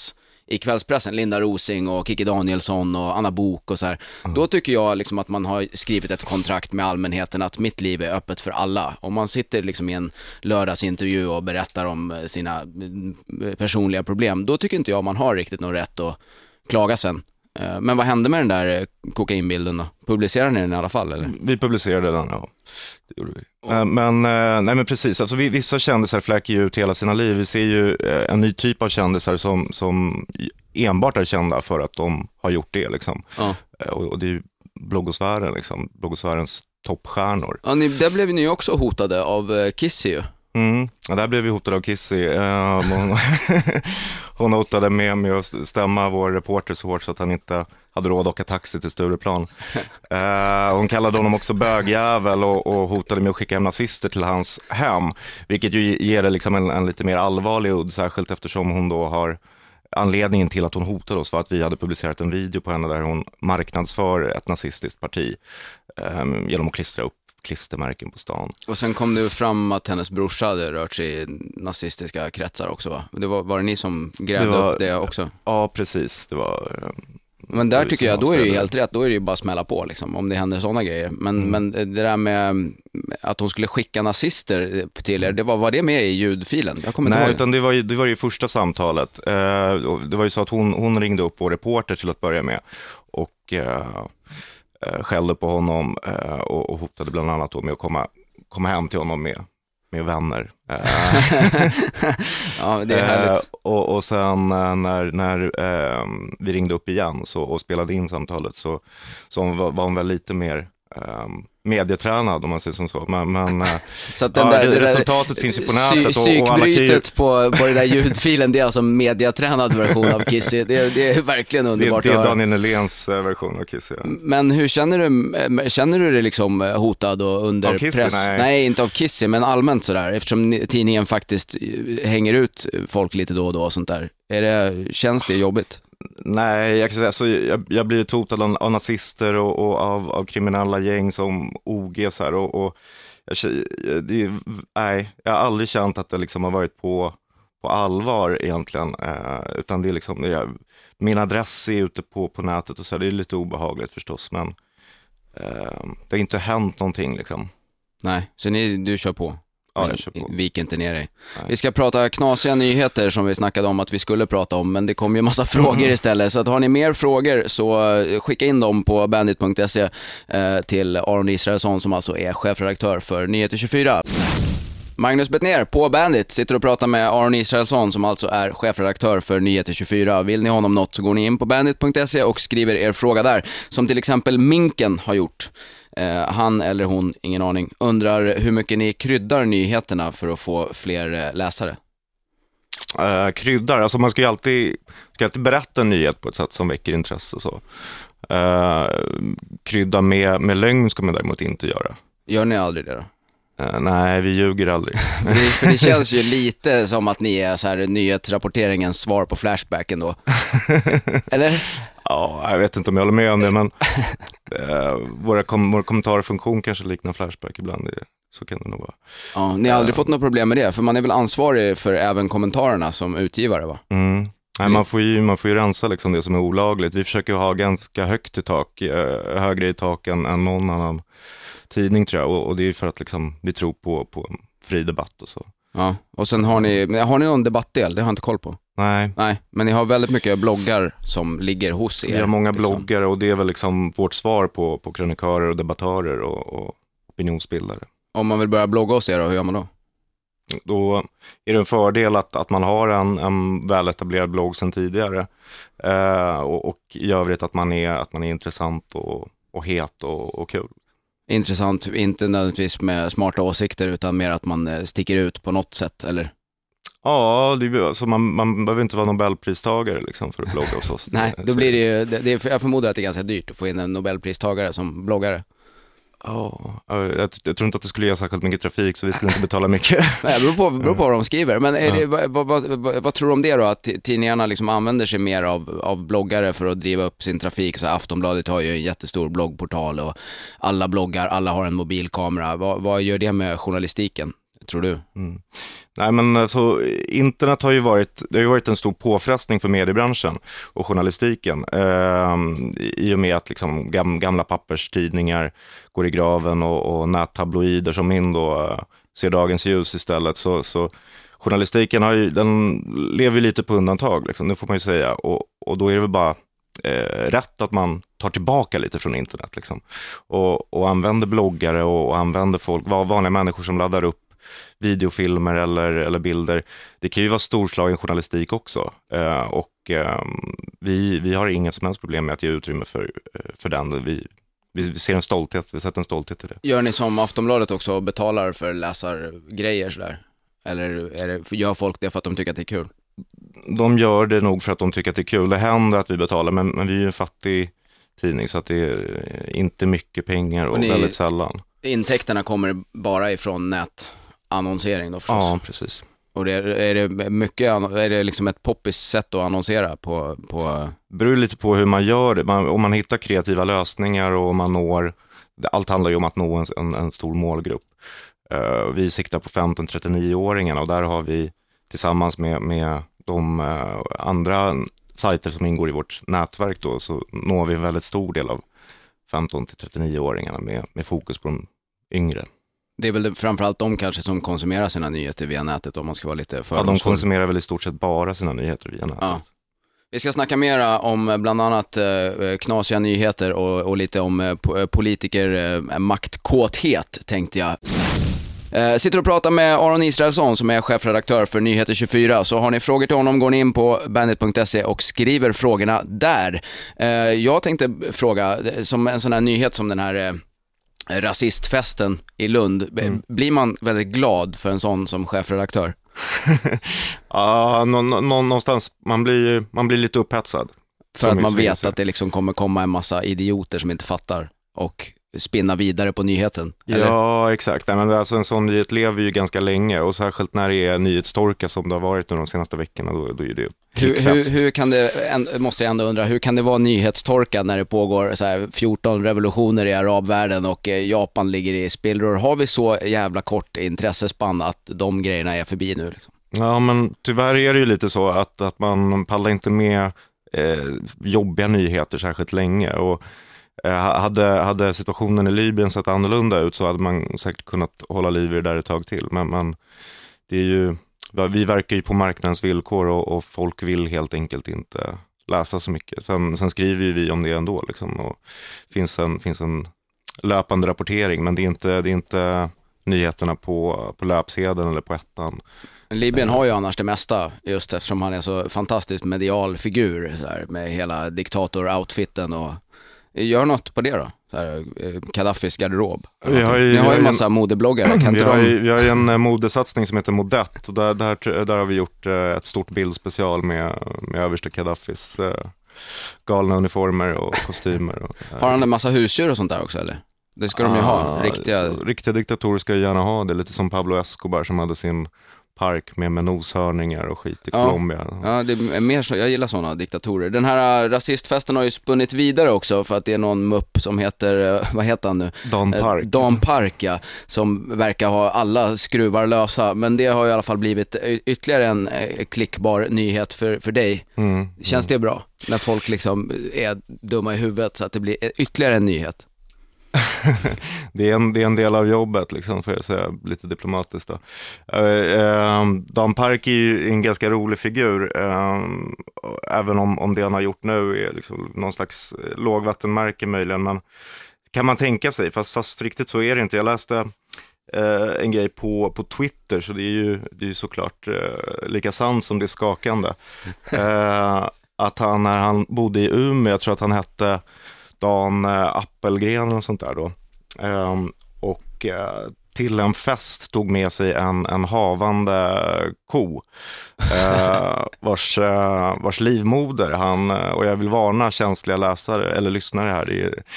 i kvällspressen, Linda Rosing och Kiki Danielsson och Anna Bok och så här. Mm. Då tycker jag liksom att man har skrivit ett kontrakt med allmänheten att mitt liv är öppet för alla. Om man sitter liksom i en lördagsintervju och berättar om sina personliga problem, då tycker inte jag man har riktigt någon rätt att klaga sen. Men vad hände med den där kokainbilden då? Publicerade ni den i alla fall eller? Vi publicerade den, ja. Det gjorde vi. Oh. Men, nej men precis, alltså vissa kändisar fläcker ju ut hela sina liv. Vi ser ju en ny typ av kändisar som, som enbart är kända för att de har gjort det liksom. Oh. Och, och det är ju bloggosfären liksom, bloggosfärens toppstjärnor. Ja, ni, där blev ni ju också hotade av Kissy ju. Mm. Ja, där blev vi hotade av Kissy. Uh, hon, hon hotade med, med att stämma vår reporter så hårt så att han inte hade råd att åka taxi till Stureplan. Uh, hon kallade honom också bögjävel och, och hotade med att skicka hem nazister till hans hem. Vilket ju ger det liksom en, en lite mer allvarlig udd, särskilt eftersom hon då har anledningen till att hon hotade oss var att vi hade publicerat en video på henne där hon marknadsför ett nazistiskt parti um, genom att klistra upp klistermärken på stan. Och sen kom det fram att hennes brorsa hade rört sig i nazistiska kretsar också, va? Det var, var det ni som grävde det var, upp det också? Ja, precis. Det var... Men där tycker jag, då är det ju helt rätt. Då är det ju bara smälla på liksom, om det händer sådana grejer. Men, mm. men det där med att hon skulle skicka nazister till er, det var, var det med i ljudfilen? Jag kommer inte Nej, ihåg. Utan det var ju det var ju första samtalet. Eh, det var ju så att hon, hon ringde upp vår reporter till att börja med. Och... Eh, skällde på honom eh, och, och hotade bland annat då med att komma, komma hem till honom med, med vänner. Ja, det är härligt. Eh, och, och sen när, när eh, vi ringde upp igen så, och spelade in samtalet så, så var, var hon väl lite mer eh, medietränad om man säger som så. Men, men så att den ja, där, det, det resultatet där, finns ju på sy- nätet. Och, psykbrytet på, på den där ljudfilen, det är alltså medietränad version av Kissy. Det, det är verkligen underbart. Det, det är Daniel Neléns version av Kissy. Ja. Men hur känner du, känner du dig liksom hotad och under Kissy, press? Nej. nej, inte av Kissy, men allmänt sådär. Eftersom tidningen faktiskt hänger ut folk lite då och då och sånt där. Är det, känns det jobbigt? Nej, jag kan säga, alltså, jag, jag blir hotad av, av nazister och, och av, av kriminella gäng som O G så här, och, och jag, det, nej, jag har aldrig känt att det liksom har varit på, på allvar egentligen, eh, utan det är liksom, jag, min adress är ute på, på nätet och så här, det är lite obehagligt förstås, men eh, det har inte hänt någonting liksom. Nej, så ni, du kör på? Ja, jag kör på. Vik inte ner dig. Nej. Vi ska prata knasiga nyheter som vi snackade om att vi skulle prata om, men det kommer ju massa frågor mm. istället. Så att har ni mer frågor så skicka in dem på bandit punkt se eh, till Aron Israelsson som alltså är chefredaktör för Nyheter tjugofyra. Magnus Bettner på Bandit sitter och pratar med Aron Israelsson som alltså är chefredaktör för Nyheter tjugofyra. Vill ni honom något så går ni in på bandit punkt se och skriver er fråga där. Som till exempel Minken har gjort. Eh, han eller hon, ingen aning, undrar hur mycket ni kryddar nyheterna för att få fler eh, läsare. Uh, kryddar, alltså man ska ju alltid, ska alltid berätta en nyhet på ett sätt som väcker intresse. Så. Uh, krydda med, med lögn ska man däremot inte göra. Gör ni aldrig det då? Uh, nej, vi ljuger aldrig. det, för det känns ju lite som att ni är så här nyhetsrapporteringens svar på Flashbacken då. Eller? Ja, jag vet inte om jag håller med om det, men eh, våra, kom- våra kommentarfunktion kanske liknar Flashback ibland, det, så kan det nog vara. Ja, ni har aldrig uh, fått något problem med det, för man är väl ansvarig för även kommentarerna som utgivare, va? Mm. Nej, man får ju, man får ju rensa liksom det som är olagligt. Vi försöker ha ganska högt i tak, eh, högre i tak än, än någon annan tidning tror jag, och, och det är för att liksom, vi tror på, på fri debatt och så. Ja, och sen har ni, har ni någon debattdel? Det har jag inte koll på. Nej. Nej, men ni har väldigt mycket bloggar som ligger hos er. Vi har många liksom. bloggare och det är väl liksom vårt svar på, på kronikörer och debattörer och, och opinionsbildare. Om man vill börja blogga hos er då, hur gör man då? Då är det en fördel att, att man har en, en väletablerad blogg sedan tidigare eh, och, och i övrigt att man är, att man är intressant och, och het och, och kul. Intressant, inte nödvändigtvis med smarta åsikter utan mer att man sticker ut på något sätt, eller? Ja, det, alltså man, man behöver inte vara Nobelpristagare liksom för att blogga hos oss. Nej, då blir det ju, det, det, jag förmodar att det är ganska dyrt att få in en Nobelpristagare som bloggare. Ja, jag, jag tror inte att det skulle ge särskilt mycket trafik så vi skulle inte betala mycket. Nej, det beror på, beror på vad de skriver. Men är det, vad, vad, vad, vad tror du om det då? Att tidningarna liksom använder sig mer av, av bloggare för att driva upp sin trafik? Så Aftonbladet har ju en jättestor bloggportal och alla bloggar, alla har en mobilkamera. Vad, vad gör det med journalistiken? tror du? Mm. Nej, men alltså, internet har ju varit, det har ju varit en stor påfrestning för mediebranschen och journalistiken eh, i och med att liksom gam, gamla papperstidningar går i graven och, och nättabloider som min då eh, ser dagens ljus istället. Så, så journalistiken har ju, den lever lite på undantag, liksom, det får man ju säga. Och, och då är det väl bara eh, rätt att man tar tillbaka lite från internet. Liksom. Och, och använder bloggare och, och använder folk, vanliga människor som laddar upp videofilmer eller, eller bilder. Det kan ju vara storslagen journalistik också. Eh, och eh, vi, vi har inga som helst problem med att ge utrymme för, för den. Vi, vi ser en stolthet, vi sätter en stolthet i det. Gör ni som Aftonbladet också och betalar för läsargrejer sådär? Eller är det, gör folk det för att de tycker att det är kul? De gör det nog för att de tycker att det är kul. Det händer att vi betalar, men, men vi är ju en fattig tidning så att det är inte mycket pengar och, och ni, väldigt sällan. Intäkterna kommer bara ifrån nätannonsering då förstås? Ja, precis. Och det är, är det mycket, är det liksom ett poppis sätt att annonsera på? på... Det beror lite på hur man gör det. Man, om man hittar kreativa lösningar och man når, allt handlar ju om att nå en, en, en stor målgrupp. Uh, vi siktar på femton till trettionio-åringarna och där har vi tillsammans med, med de uh, andra sajter som ingår i vårt nätverk då, så når vi en väldigt stor del av femton till trettionio-åringarna med, med fokus på de yngre. Det är väl framförallt de kanske som konsumerar sina nyheter via nätet om man ska vara lite för. Ja, de konsumerar väl i stort sett bara sina nyheter via nätet. Ja. Vi ska snacka mera om bland annat eh, knasiga nyheter och, och lite om eh, politiker eh, maktkåthet tänkte jag. Eh, sitter och pratar med Aron Israelsson som är chefredaktör för Nyheter tjugofyra. Så har ni frågor till honom går ni in på bandit punkt se och skriver frågorna där. Eh, jag tänkte fråga, som en sån här nyhet som den här eh, rasistfesten i Lund. Mm. Blir man väldigt glad för en sån som chefredaktör? Ja, nå, nå, någonstans. Man blir, man blir lite upphetsad. För att man vet att det liksom kommer komma en massa idioter som inte fattar och spinna vidare på nyheten. Eller? Ja, exakt. Nej, men alltså, en sån nyhet lever ju ganska länge och särskilt när det är nyhetstorka som det har varit nu de senaste veckorna, då, då är det hur, hur, hur kan det, måste jag ändå undra, hur kan det vara nyhetstorka när det pågår så här fjorton revolutioner i arabvärlden och Japan ligger i spillror? Har vi så jävla kort intressespann att de grejerna är förbi nu? Liksom? Ja, men tyvärr är det ju lite så att, att man pallar inte med eh, jobbiga nyheter särskilt länge och Hade, hade situationen i Libyen sett annorlunda ut så hade man säkert kunnat hålla liv i det där ett tag till. Men, men det är ju, vi verkar ju på marknadens villkor och, och folk vill helt enkelt inte läsa så mycket. Sen, sen skriver vi om det ändå. Liksom, och finns en, finns en löpande rapportering, men det är inte, det är inte nyheterna på, på löpsedeln eller på ettan. Libyen har ju annars det mesta, just eftersom han är så fantastiskt medial figur så här, med hela diktator-outfitten och gör något på det då? Så här, Gaddafis garderob. Vi har ju, Ni har ju en en massa modebloggare. Kan vi, inte har de... ju, vi har ju en modesatsning som heter Modett och där, där, där har vi gjort ett stort bildspecial med, med översta Gaddafis galna uniformer och kostymer. Och, har han en massa husdjur och sånt där också eller? Det ska de ju ha. Riktiga... Så, riktiga diktatorer ska ju gärna ha det. Lite som Pablo Escobar som hade sin park med, med noshörningar och skit i ja. Colombia. Ja, det är mer så. Jag gillar sådana diktatorer. Den här rasistfesten har ju spunnit vidare också för att det är någon mupp som heter, vad heter han nu? Dan Park. Dan Park, ja, som verkar ha alla skruvar lösa. Men det har i alla fall blivit ytterligare en klickbar nyhet för, för dig. Mm. Känns det bra? När folk liksom är dumma i huvudet så att det blir ytterligare en nyhet. det, är en, det är en del av jobbet liksom, får jag säga lite diplomatiskt då. Uh, uh, Dan Park är ju en ganska rolig figur uh, även om, om det han har gjort nu är liksom någon slags lågvattenmärke möjligen, men kan man tänka sig, fast, fast riktigt så är det inte. Jag läste uh, en grej på, på Twitter, så det är ju, det är ju såklart uh, lika sant som det är skakande uh, att han, när han bodde i Umeå, jag tror att han hette Dan äh, Appelgren och sånt där då. Um, och äh, till en fest tog med sig en, en havande ko äh, vars, äh, vars livmoder han, och jag vill varna känsliga läsare eller lyssnare här, det är,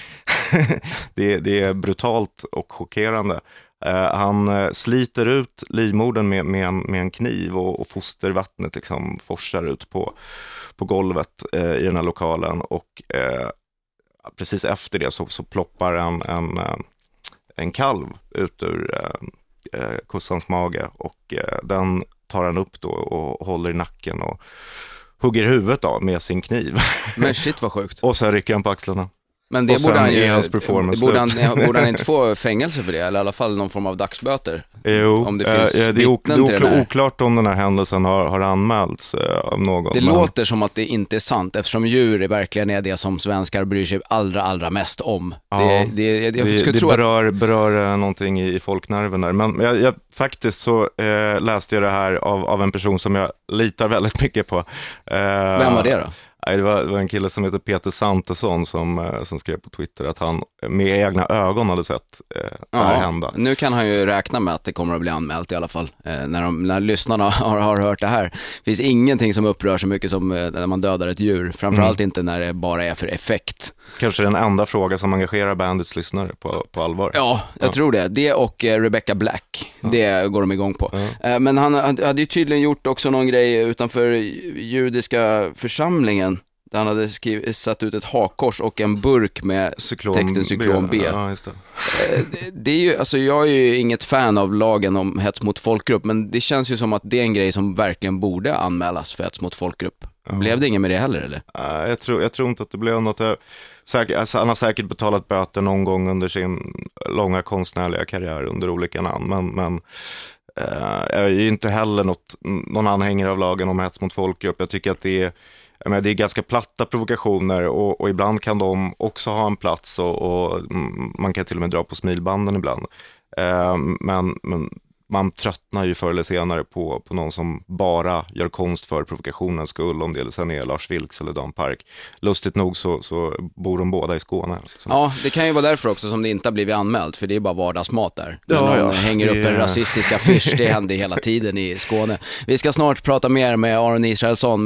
det, det är brutalt och chockerande. Uh, han uh, sliter ut livmodern med, med, en, med en kniv och, och fostervattnet liksom forsar ut på, på golvet uh, i den här lokalen och uh, precis efter det så, så ploppar en, en, en kalv ut ur eh, kossans mage och eh, den tar han upp då och håller i nacken och hugger huvudet av med sin kniv. Men shit vad sjukt. Och sen rycker han på axlarna. Men det borde han ju, hans performance borde han, borde han inte få fängelse för det, eller i alla fall någon form av dagsböter? Jo, om det finns eh, det är ok- vittnen till den här. oklart om den här händelsen har, har anmälts eh, av någon. Det men... låter som att det inte är sant, eftersom djur är verkligen är det som svenskar bryr sig allra, allra mest om. Ja, det, det, jag det, skulle det tro berör, att... berör eh, någonting i, i folknerven där. Men jag, jag, faktiskt så eh, läste jag det här av, av en person som jag litar väldigt mycket på. Eh, Vem var det då? Det var, det var en kille som heter Peter Santesson som, som skrev på Twitter att han med egna ögon hade sett eh, det här hända. Nu kan han ju räkna med att det kommer att bli anmält i alla fall, eh, när, de, när lyssnarna har, har hört det här. Det finns ingenting som upprör så mycket som eh, när man dödar ett djur, framförallt mm. inte när det bara är för effekt. Kanske den enda fråga som engagerar Bandits lyssnare på, på allvar. Ja, jag ja. tror det. Det och eh, Rebecca Black, ja. det går de igång på. Ja. Eh, men han hade ju tydligen gjort också någon grej utanför judiska församlingen. Där han hade skrivit, satt ut ett hakkors och en burk med cyklon texten cyklon B. B. Ja, just det. det, det är ju, alltså jag är ju inget fan av lagen om hets mot folkgrupp, men det känns ju som att det är en grej som verkligen borde anmälas för hets mot folkgrupp. Ja. Blev det inget med det heller, eller? Uh, jag, tror, jag tror inte att det blev något. Jag, säkert, alltså, han har säkert betalat böter någon gång under sin långa konstnärliga karriär under olika namn, men... men uh, jag är ju inte heller något, någon anhängare av lagen om hets mot folkgrupp. Jag tycker att det är Men det är ganska platta provokationer och, och ibland kan de också ha en plats och, och man kan till och med dra på smilbanden ibland. Eh, men, men man tröttnar ju förr eller senare på, på någon som bara gör konst för provokationens skull, om det sen är Lars Vilks eller Dan Park. Lustigt nog så, så bor de båda i Skåne. Så. Ja, det kan ju vara därför också som det inte har blivit anmält, för det är bara vardagsmat där. Ja, När någon ja, hänger upp det... en rasistisk affisch, det händer hela tiden i Skåne. Vi ska snart prata mer med Aron Israelsson.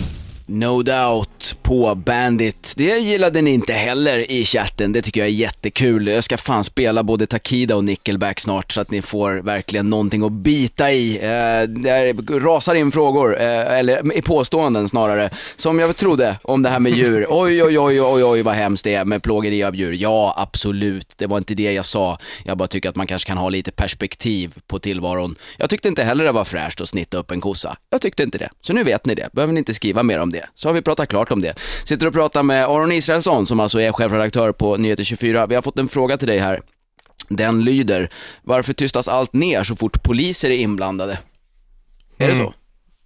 No Doubt på Bandit. Det gillade ni inte heller i chatten. Det tycker jag är jättekul. Jag ska fan spela både Takida och Nickelback snart, så att ni får verkligen någonting att bita i. Eh, där rasar in frågor, eh, eller i påståenden snarare, som jag trodde om det här med djur. Oj, oj, oj, oj, oj, vad hemskt det är med plågeri av djur. Ja, absolut. Det var inte det jag sa. Jag bara tycker att man kanske kan ha lite perspektiv på tillvaron. Jag tyckte inte heller det var fräscht att snitta upp en kossa. Jag tyckte inte det. Så nu vet ni det. Behöver ni inte skriva mer om det. Så har vi pratat klart om det. Sitter och pratar med Aron Israelsson, som alltså är chefredaktör på Nyheter tjugofyra. Vi har fått en fråga till dig här. Den lyder: varför tystas allt ner så fort poliser är inblandade? Är mm. det så?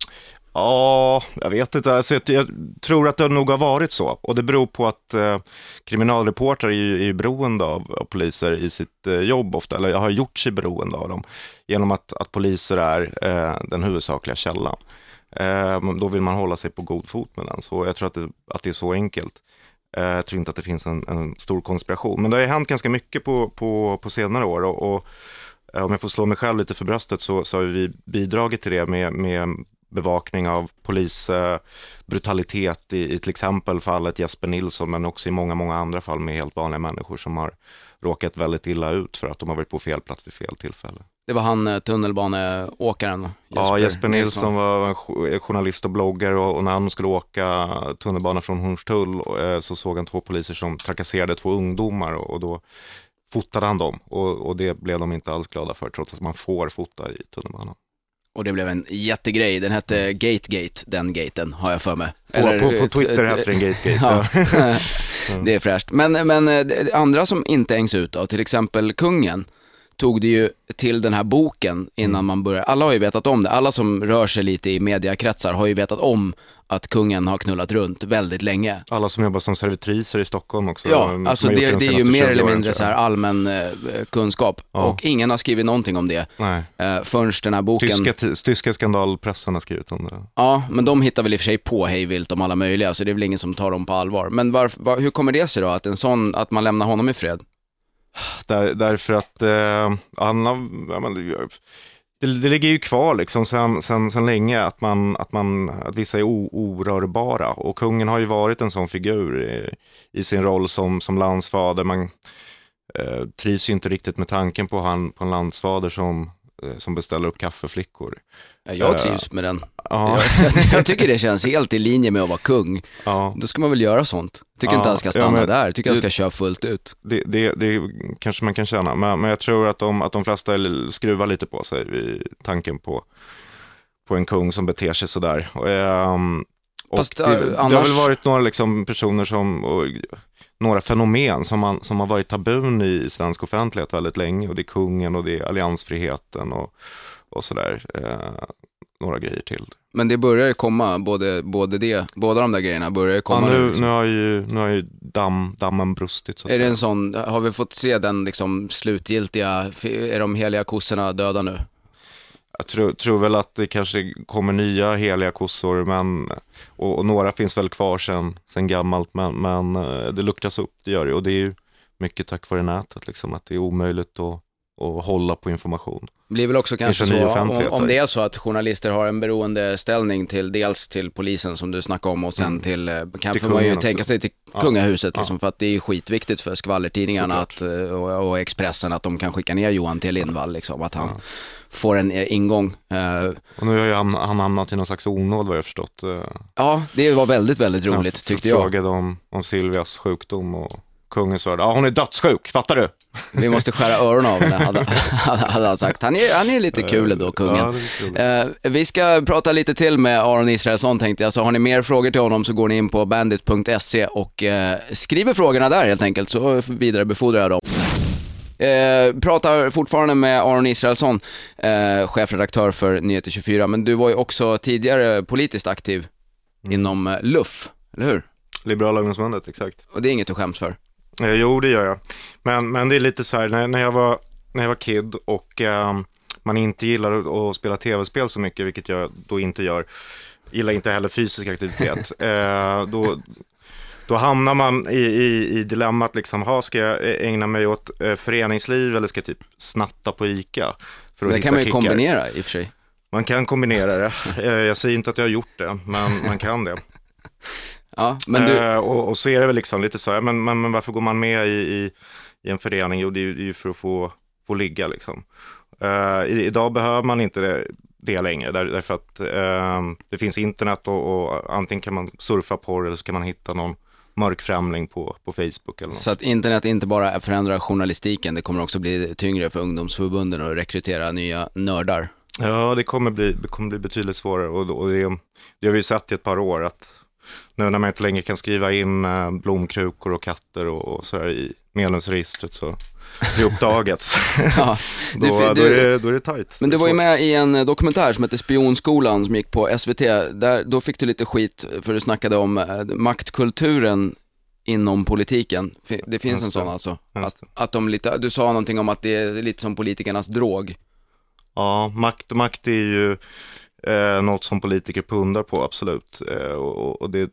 Ja, jag vet inte. Alltså, jag, jag tror att det nog har varit så. Och det beror på att eh, kriminalreportrar är ju, är ju beroende av, av poliser i sitt eh, jobb ofta. Eller har gjort sig beroende av dem. Genom att, att poliser är eh, den huvudsakliga källan. Eh, då vill man hålla sig på god fot med den. Så jag tror att det, att det är så enkelt. Eh, jag tror inte att det finns en, en stor konspiration. Men det har ju hänt ganska mycket på, på, på senare år. Och, och eh, om jag får slå mig själv lite för bröstet så, så har vi bidragit till det med, med bevakning av polisbrutalitet i, i till exempel fallet Jesper Nilsson, men också i många, många andra fall med helt vanliga människor som har råkat väldigt illa ut för att de har varit på fel plats vid fel tillfälle. Det var han tunnelbaneåkaren Jesper, ja, Jesper Nilsson, Nilsson var en journalist och bloggare, och, och när han skulle åka tunnelbana från Hornstull så såg han två poliser som trakasserade två ungdomar, och, och då fotade han dem, och, och det blev de inte alls glada för, trots att man får fota i tunnelbanan. Och det blev en jättegrej. Den hette Gategate, den gaten, har jag för mig. På, Eller, på, på Twitter hette den Gategate. Ja. Ja. Det är fräscht. Men, men andra som inte hängs ut av, till exempel kungen, tog det ju till den här boken innan mm. man började. Alla har ju vetat om det. Alla som rör sig lite i mediakretsar har ju vetat om att kungen har knullat runt väldigt länge. Alla som jobbar som servitriser i Stockholm också. Ja, alltså det, det är ju mer eller mindre så här allmän eh, kunskap. Ja. Och ingen har skrivit någonting om det. Nej. Eh, förrän den här boken... Tyska, t- tyska skandalpressen har skrivit om det. Ja, men de hittar väl i och för sig på hejvilt om alla möjliga, så det är väl ingen som tar dem på allvar. Men var, var, hur kommer det sig då att, en sån, att man lämnar honom i fred? Där, därför att eh, Anna, ja, men, det, det ligger ju kvar liksom sen, sen, sen länge att, man, att, man, att vissa är o, orörbara, och kungen har ju varit en sån figur i, i sin roll som, som landsfader. Man eh, trivs ju inte riktigt med tanken på, han, på en landsfader som, eh, som beställer upp kaffeflickor. Ja, jag trivs med den. Ja. Jag, jag tycker det känns helt i linje med att vara kung. Ja. Då ska man väl göra sånt. Tycker Ja, inte han ska stanna ja, men, där. Tycker han ska köra fullt ut. Det, det, det kanske man kan känna. Men, men jag tror att de, att de flesta skruvar lite på sig vid tanken på, på en kung som beter sig sådär. Och, um, och Fast, det, annars... det har väl varit några liksom, personer som... Och, några fenomen som, man, som har varit tabun i svensk offentlighet väldigt länge. Och det är kungen och det är alliansfriheten och, och sådär. Eh, några grejer till. Men det börjar ju komma, både, både det, båda de där grejerna börjar ju komma ja, nu. Liksom. Nu har ju, nu har ju damm, dammen brustit. Så att är det säga. en sån, har vi fått se den liksom slutgiltiga, är de heliga kossorna döda nu? Jag tror, tror väl att det kanske kommer nya heliga kossor, men, och, och några finns väl kvar sen, sen gammalt, men, men det luktas upp, det gör det. Och det är ju mycket tack vare nätet, liksom, att det är omöjligt att, att hålla på information. Det blir väl också kanske så, om, om det där. är så att journalister har en beroende ställning till, dels till polisen som du snackade om och sen mm. till, kan till man ju också. tänka sig till ja. kungahuset, liksom, ja. för att det är skitviktigt för skvallertidningarna att, och, och Expressen att de kan skicka ner Johan till Lindvall, liksom, att han ja. får en ingång. Och nu har ju han, han hamnat i någon slags onåd, vad jag förstått. Ja, det var väldigt, väldigt roligt, jag tyckte jag. frågade om, om Silvias sjukdom och kungen svarade, ja hon är dödssjuk, fattar du? Vi måste skära öronen av henne, hade, hade han sagt. Han är, han är lite kul då, kungen. Ja, eh, vi ska prata lite till med Aron Israelsson, tänkte jag. Så har ni mer frågor till honom så går ni in på bandit punkt se och eh, skriver frågorna där helt enkelt, så vidarebefordrar jag dem. Eh, pratar fortfarande med Aron Israelsson, eh, chefredaktör för Nyheter tjugofyra. Men du var ju också tidigare politiskt aktiv mm. inom eh, L U F, eller hur? Liberala ungdomsförbundet, exakt. Och det är inget du skäms för? Eh, jo, det gör jag. Men, men det är lite så här, när, när, jag, var, när jag var kid och eh, man inte gillar att, att spela tv-spel så mycket, vilket jag då inte gör, gillar inte heller fysisk aktivitet, eh, då... Då hamnar man i, i, i dilemmat, liksom, ha, ska jag ägna mig åt eh, föreningsliv eller ska jag typ snatta på ICA? För att det hitta kan man ju kickar. kombinera i och för sig. Man kan kombinera det. Eh, jag säger inte att jag har gjort det, men man kan det. Ja, men du... eh, och, och så är det väl liksom lite så här, men, men, men varför går man med i, i, i en förening? Jo, det är ju, det är ju för att få, få ligga liksom. Eh, i, idag behöver man inte det, det längre, där, därför att eh, det finns internet och, och antingen kan man surfa på det eller så kan man hitta någon mörk främling på, på Facebook eller något. Så att internet inte bara förändrar journalistiken, det kommer också bli tyngre för ungdomsförbunden att rekrytera nya nördar. Ja, det kommer bli, det kommer bli betydligt svårare och, och det, det har vi ju sett i ett par år att nu när man inte längre kan skriva in äh, blomkrukor och katter och, och så här i medlemsregistret så det uppdagats. Ja, då, du, då, är det, då är det tajt. Men du var ju med i en dokumentär som heter Spionskolan som gick på S V T. Där, då fick du lite skit för du snackade om äh, maktkulturen inom politiken. Det finns Just en sån det. alltså. Att, att de lite, du sa någonting om att det är lite som politikernas drog. Ja, makt, makt är ju eh, något som politiker pundar på, absolut. Eh, och, och det,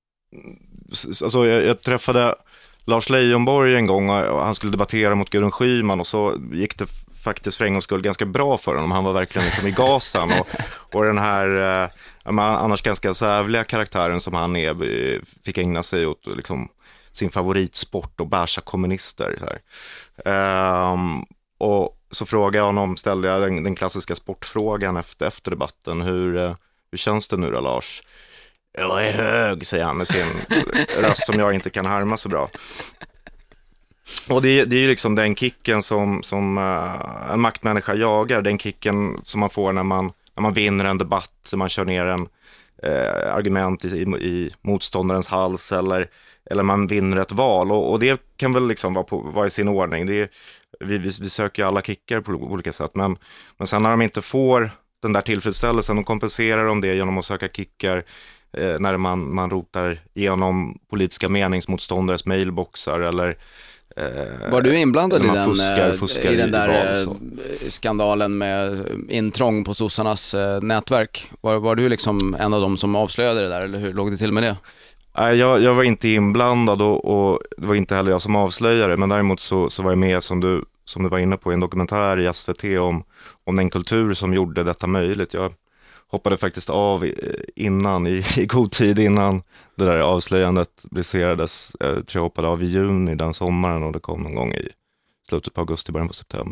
alltså jag, jag träffade Lars Leijonborg en gång och han skulle debattera mot Gudrun Schyman och så gick det faktiskt för en gångs skull ganska bra för honom. Han var verkligen liksom i gasen och, och den här eh, annars ganska sävliga karaktären som han är fick ägna sig åt liksom sin favoritsport och bärsa kommunister. Så här. Um, och så frågade jag honom, ställde jag den, den klassiska sportfrågan efter, efter debatten. Hur, hur känns det nu då, Lars? Jag är hög, säger han med sin röst som jag inte kan härma så bra. Och det, det är ju liksom den kicken som, som uh, en maktmänniska jagar. Den kicken som man får när man, när man vinner en debatt, när man kör ner en uh, argument i, i, i motståndarens hals eller, eller man vinner ett val. Och, och det kan väl liksom vara, på, vara i sin ordning. Det är, vi, vi, vi söker alla kickar på olika sätt. Men, men sen när de inte får den där tillfredsställelsen, då kompenserar de det genom att söka kickar eh, när man, man rotar igenom politiska meningsmotståndares mailboxar eller eh, var du inblandad i den, fuskar, fuskar i den där i skandalen med intrång på sossarnas eh, nätverk? Var, var du liksom en av dem som avslöjade det där, eller hur låg det till med det? Jag, jag var inte inblandad och, och det var inte heller jag som avslöjade, men däremot så, så var jag med som du, som du var inne på i en dokumentär i S V T om, om den kultur som gjorde detta möjligt. Jag hoppade faktiskt av innan, i, i god tid innan det där avslöjandet briserades. Jag tror jag hoppade av i juni den sommaren och det kom någon gång i slutet på augusti, början på september.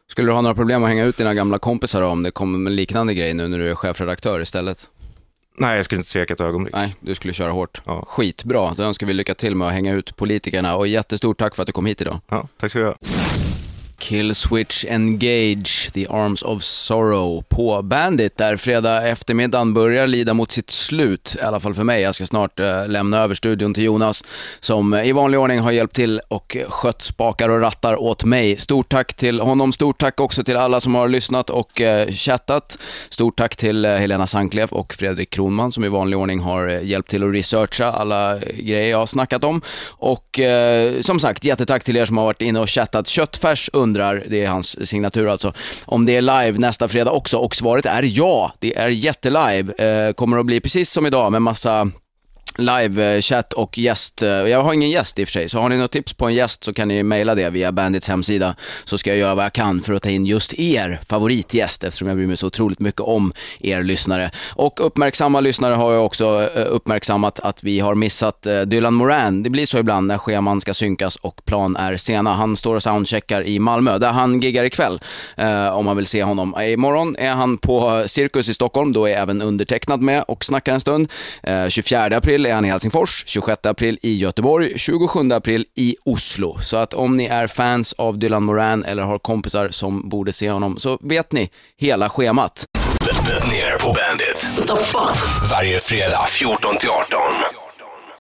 Skulle du ha några problem att hänga ut dina gamla kompisar om det kommer med liknande grej nu när du är chefredaktör istället? Nej, jag skulle inte tveka ett ögonblick. Nej, du skulle köra hårt. Ja. Skitbra, då önskar vi lycka till med att hänga ut politikerna och jättestort tack för att du kom hit idag. Ja, tack ska du ha. Killswitch Engage, The Arms of Sorrow på Bandit där fredag eftermiddagen börjar lida mot sitt slut, i alla fall för mig. Jag ska snart äh, lämna över studion till Jonas som i vanlig ordning har hjälpt till och skött spakar och rattar åt mig. Stort tack till honom, stort tack också till alla som har lyssnat och äh, chattat. Stort tack till äh, Helena Sanklev och Fredrik Kronman som i vanlig ordning har äh, hjälpt till att researcha alla grejer jag har snackat om. Och äh, som sagt, jättetack till er som har varit inne och chattat. Köttfärs undrar, det är hans signatur alltså, om det är live nästa fredag också, och svaret är ja, det är jättelive. Eh, kommer att bli precis som idag med massa live-chat och gäst. Jag har ingen gäst i och för sig, så har ni något tips på en gäst så kan ni mejla det via Bandits hemsida, så ska jag göra vad jag kan för att ta in just er favoritgäst, eftersom jag bryr mig så otroligt mycket om er lyssnare. Och uppmärksamma lyssnare har jag också uppmärksammat att vi har missat Dylan Moran. Det blir så ibland när scheman ska synkas och plan är sena. Han står och soundcheckar i Malmö där han giggar ikväll, om man vill se honom. Imorgon är han på Cirkus i Stockholm, då är även undertecknad med och snackar en stund. tjugofjärde april är han i Helsingfors, tjugosjätte april i Göteborg, tjugosjunde april i Oslo. Så att om ni är fans av Dylan Moran eller har kompisar som borde se honom, så vet ni hela schemat. Ner på Bandit. What the fuck? Varje fredag fjorton till arton.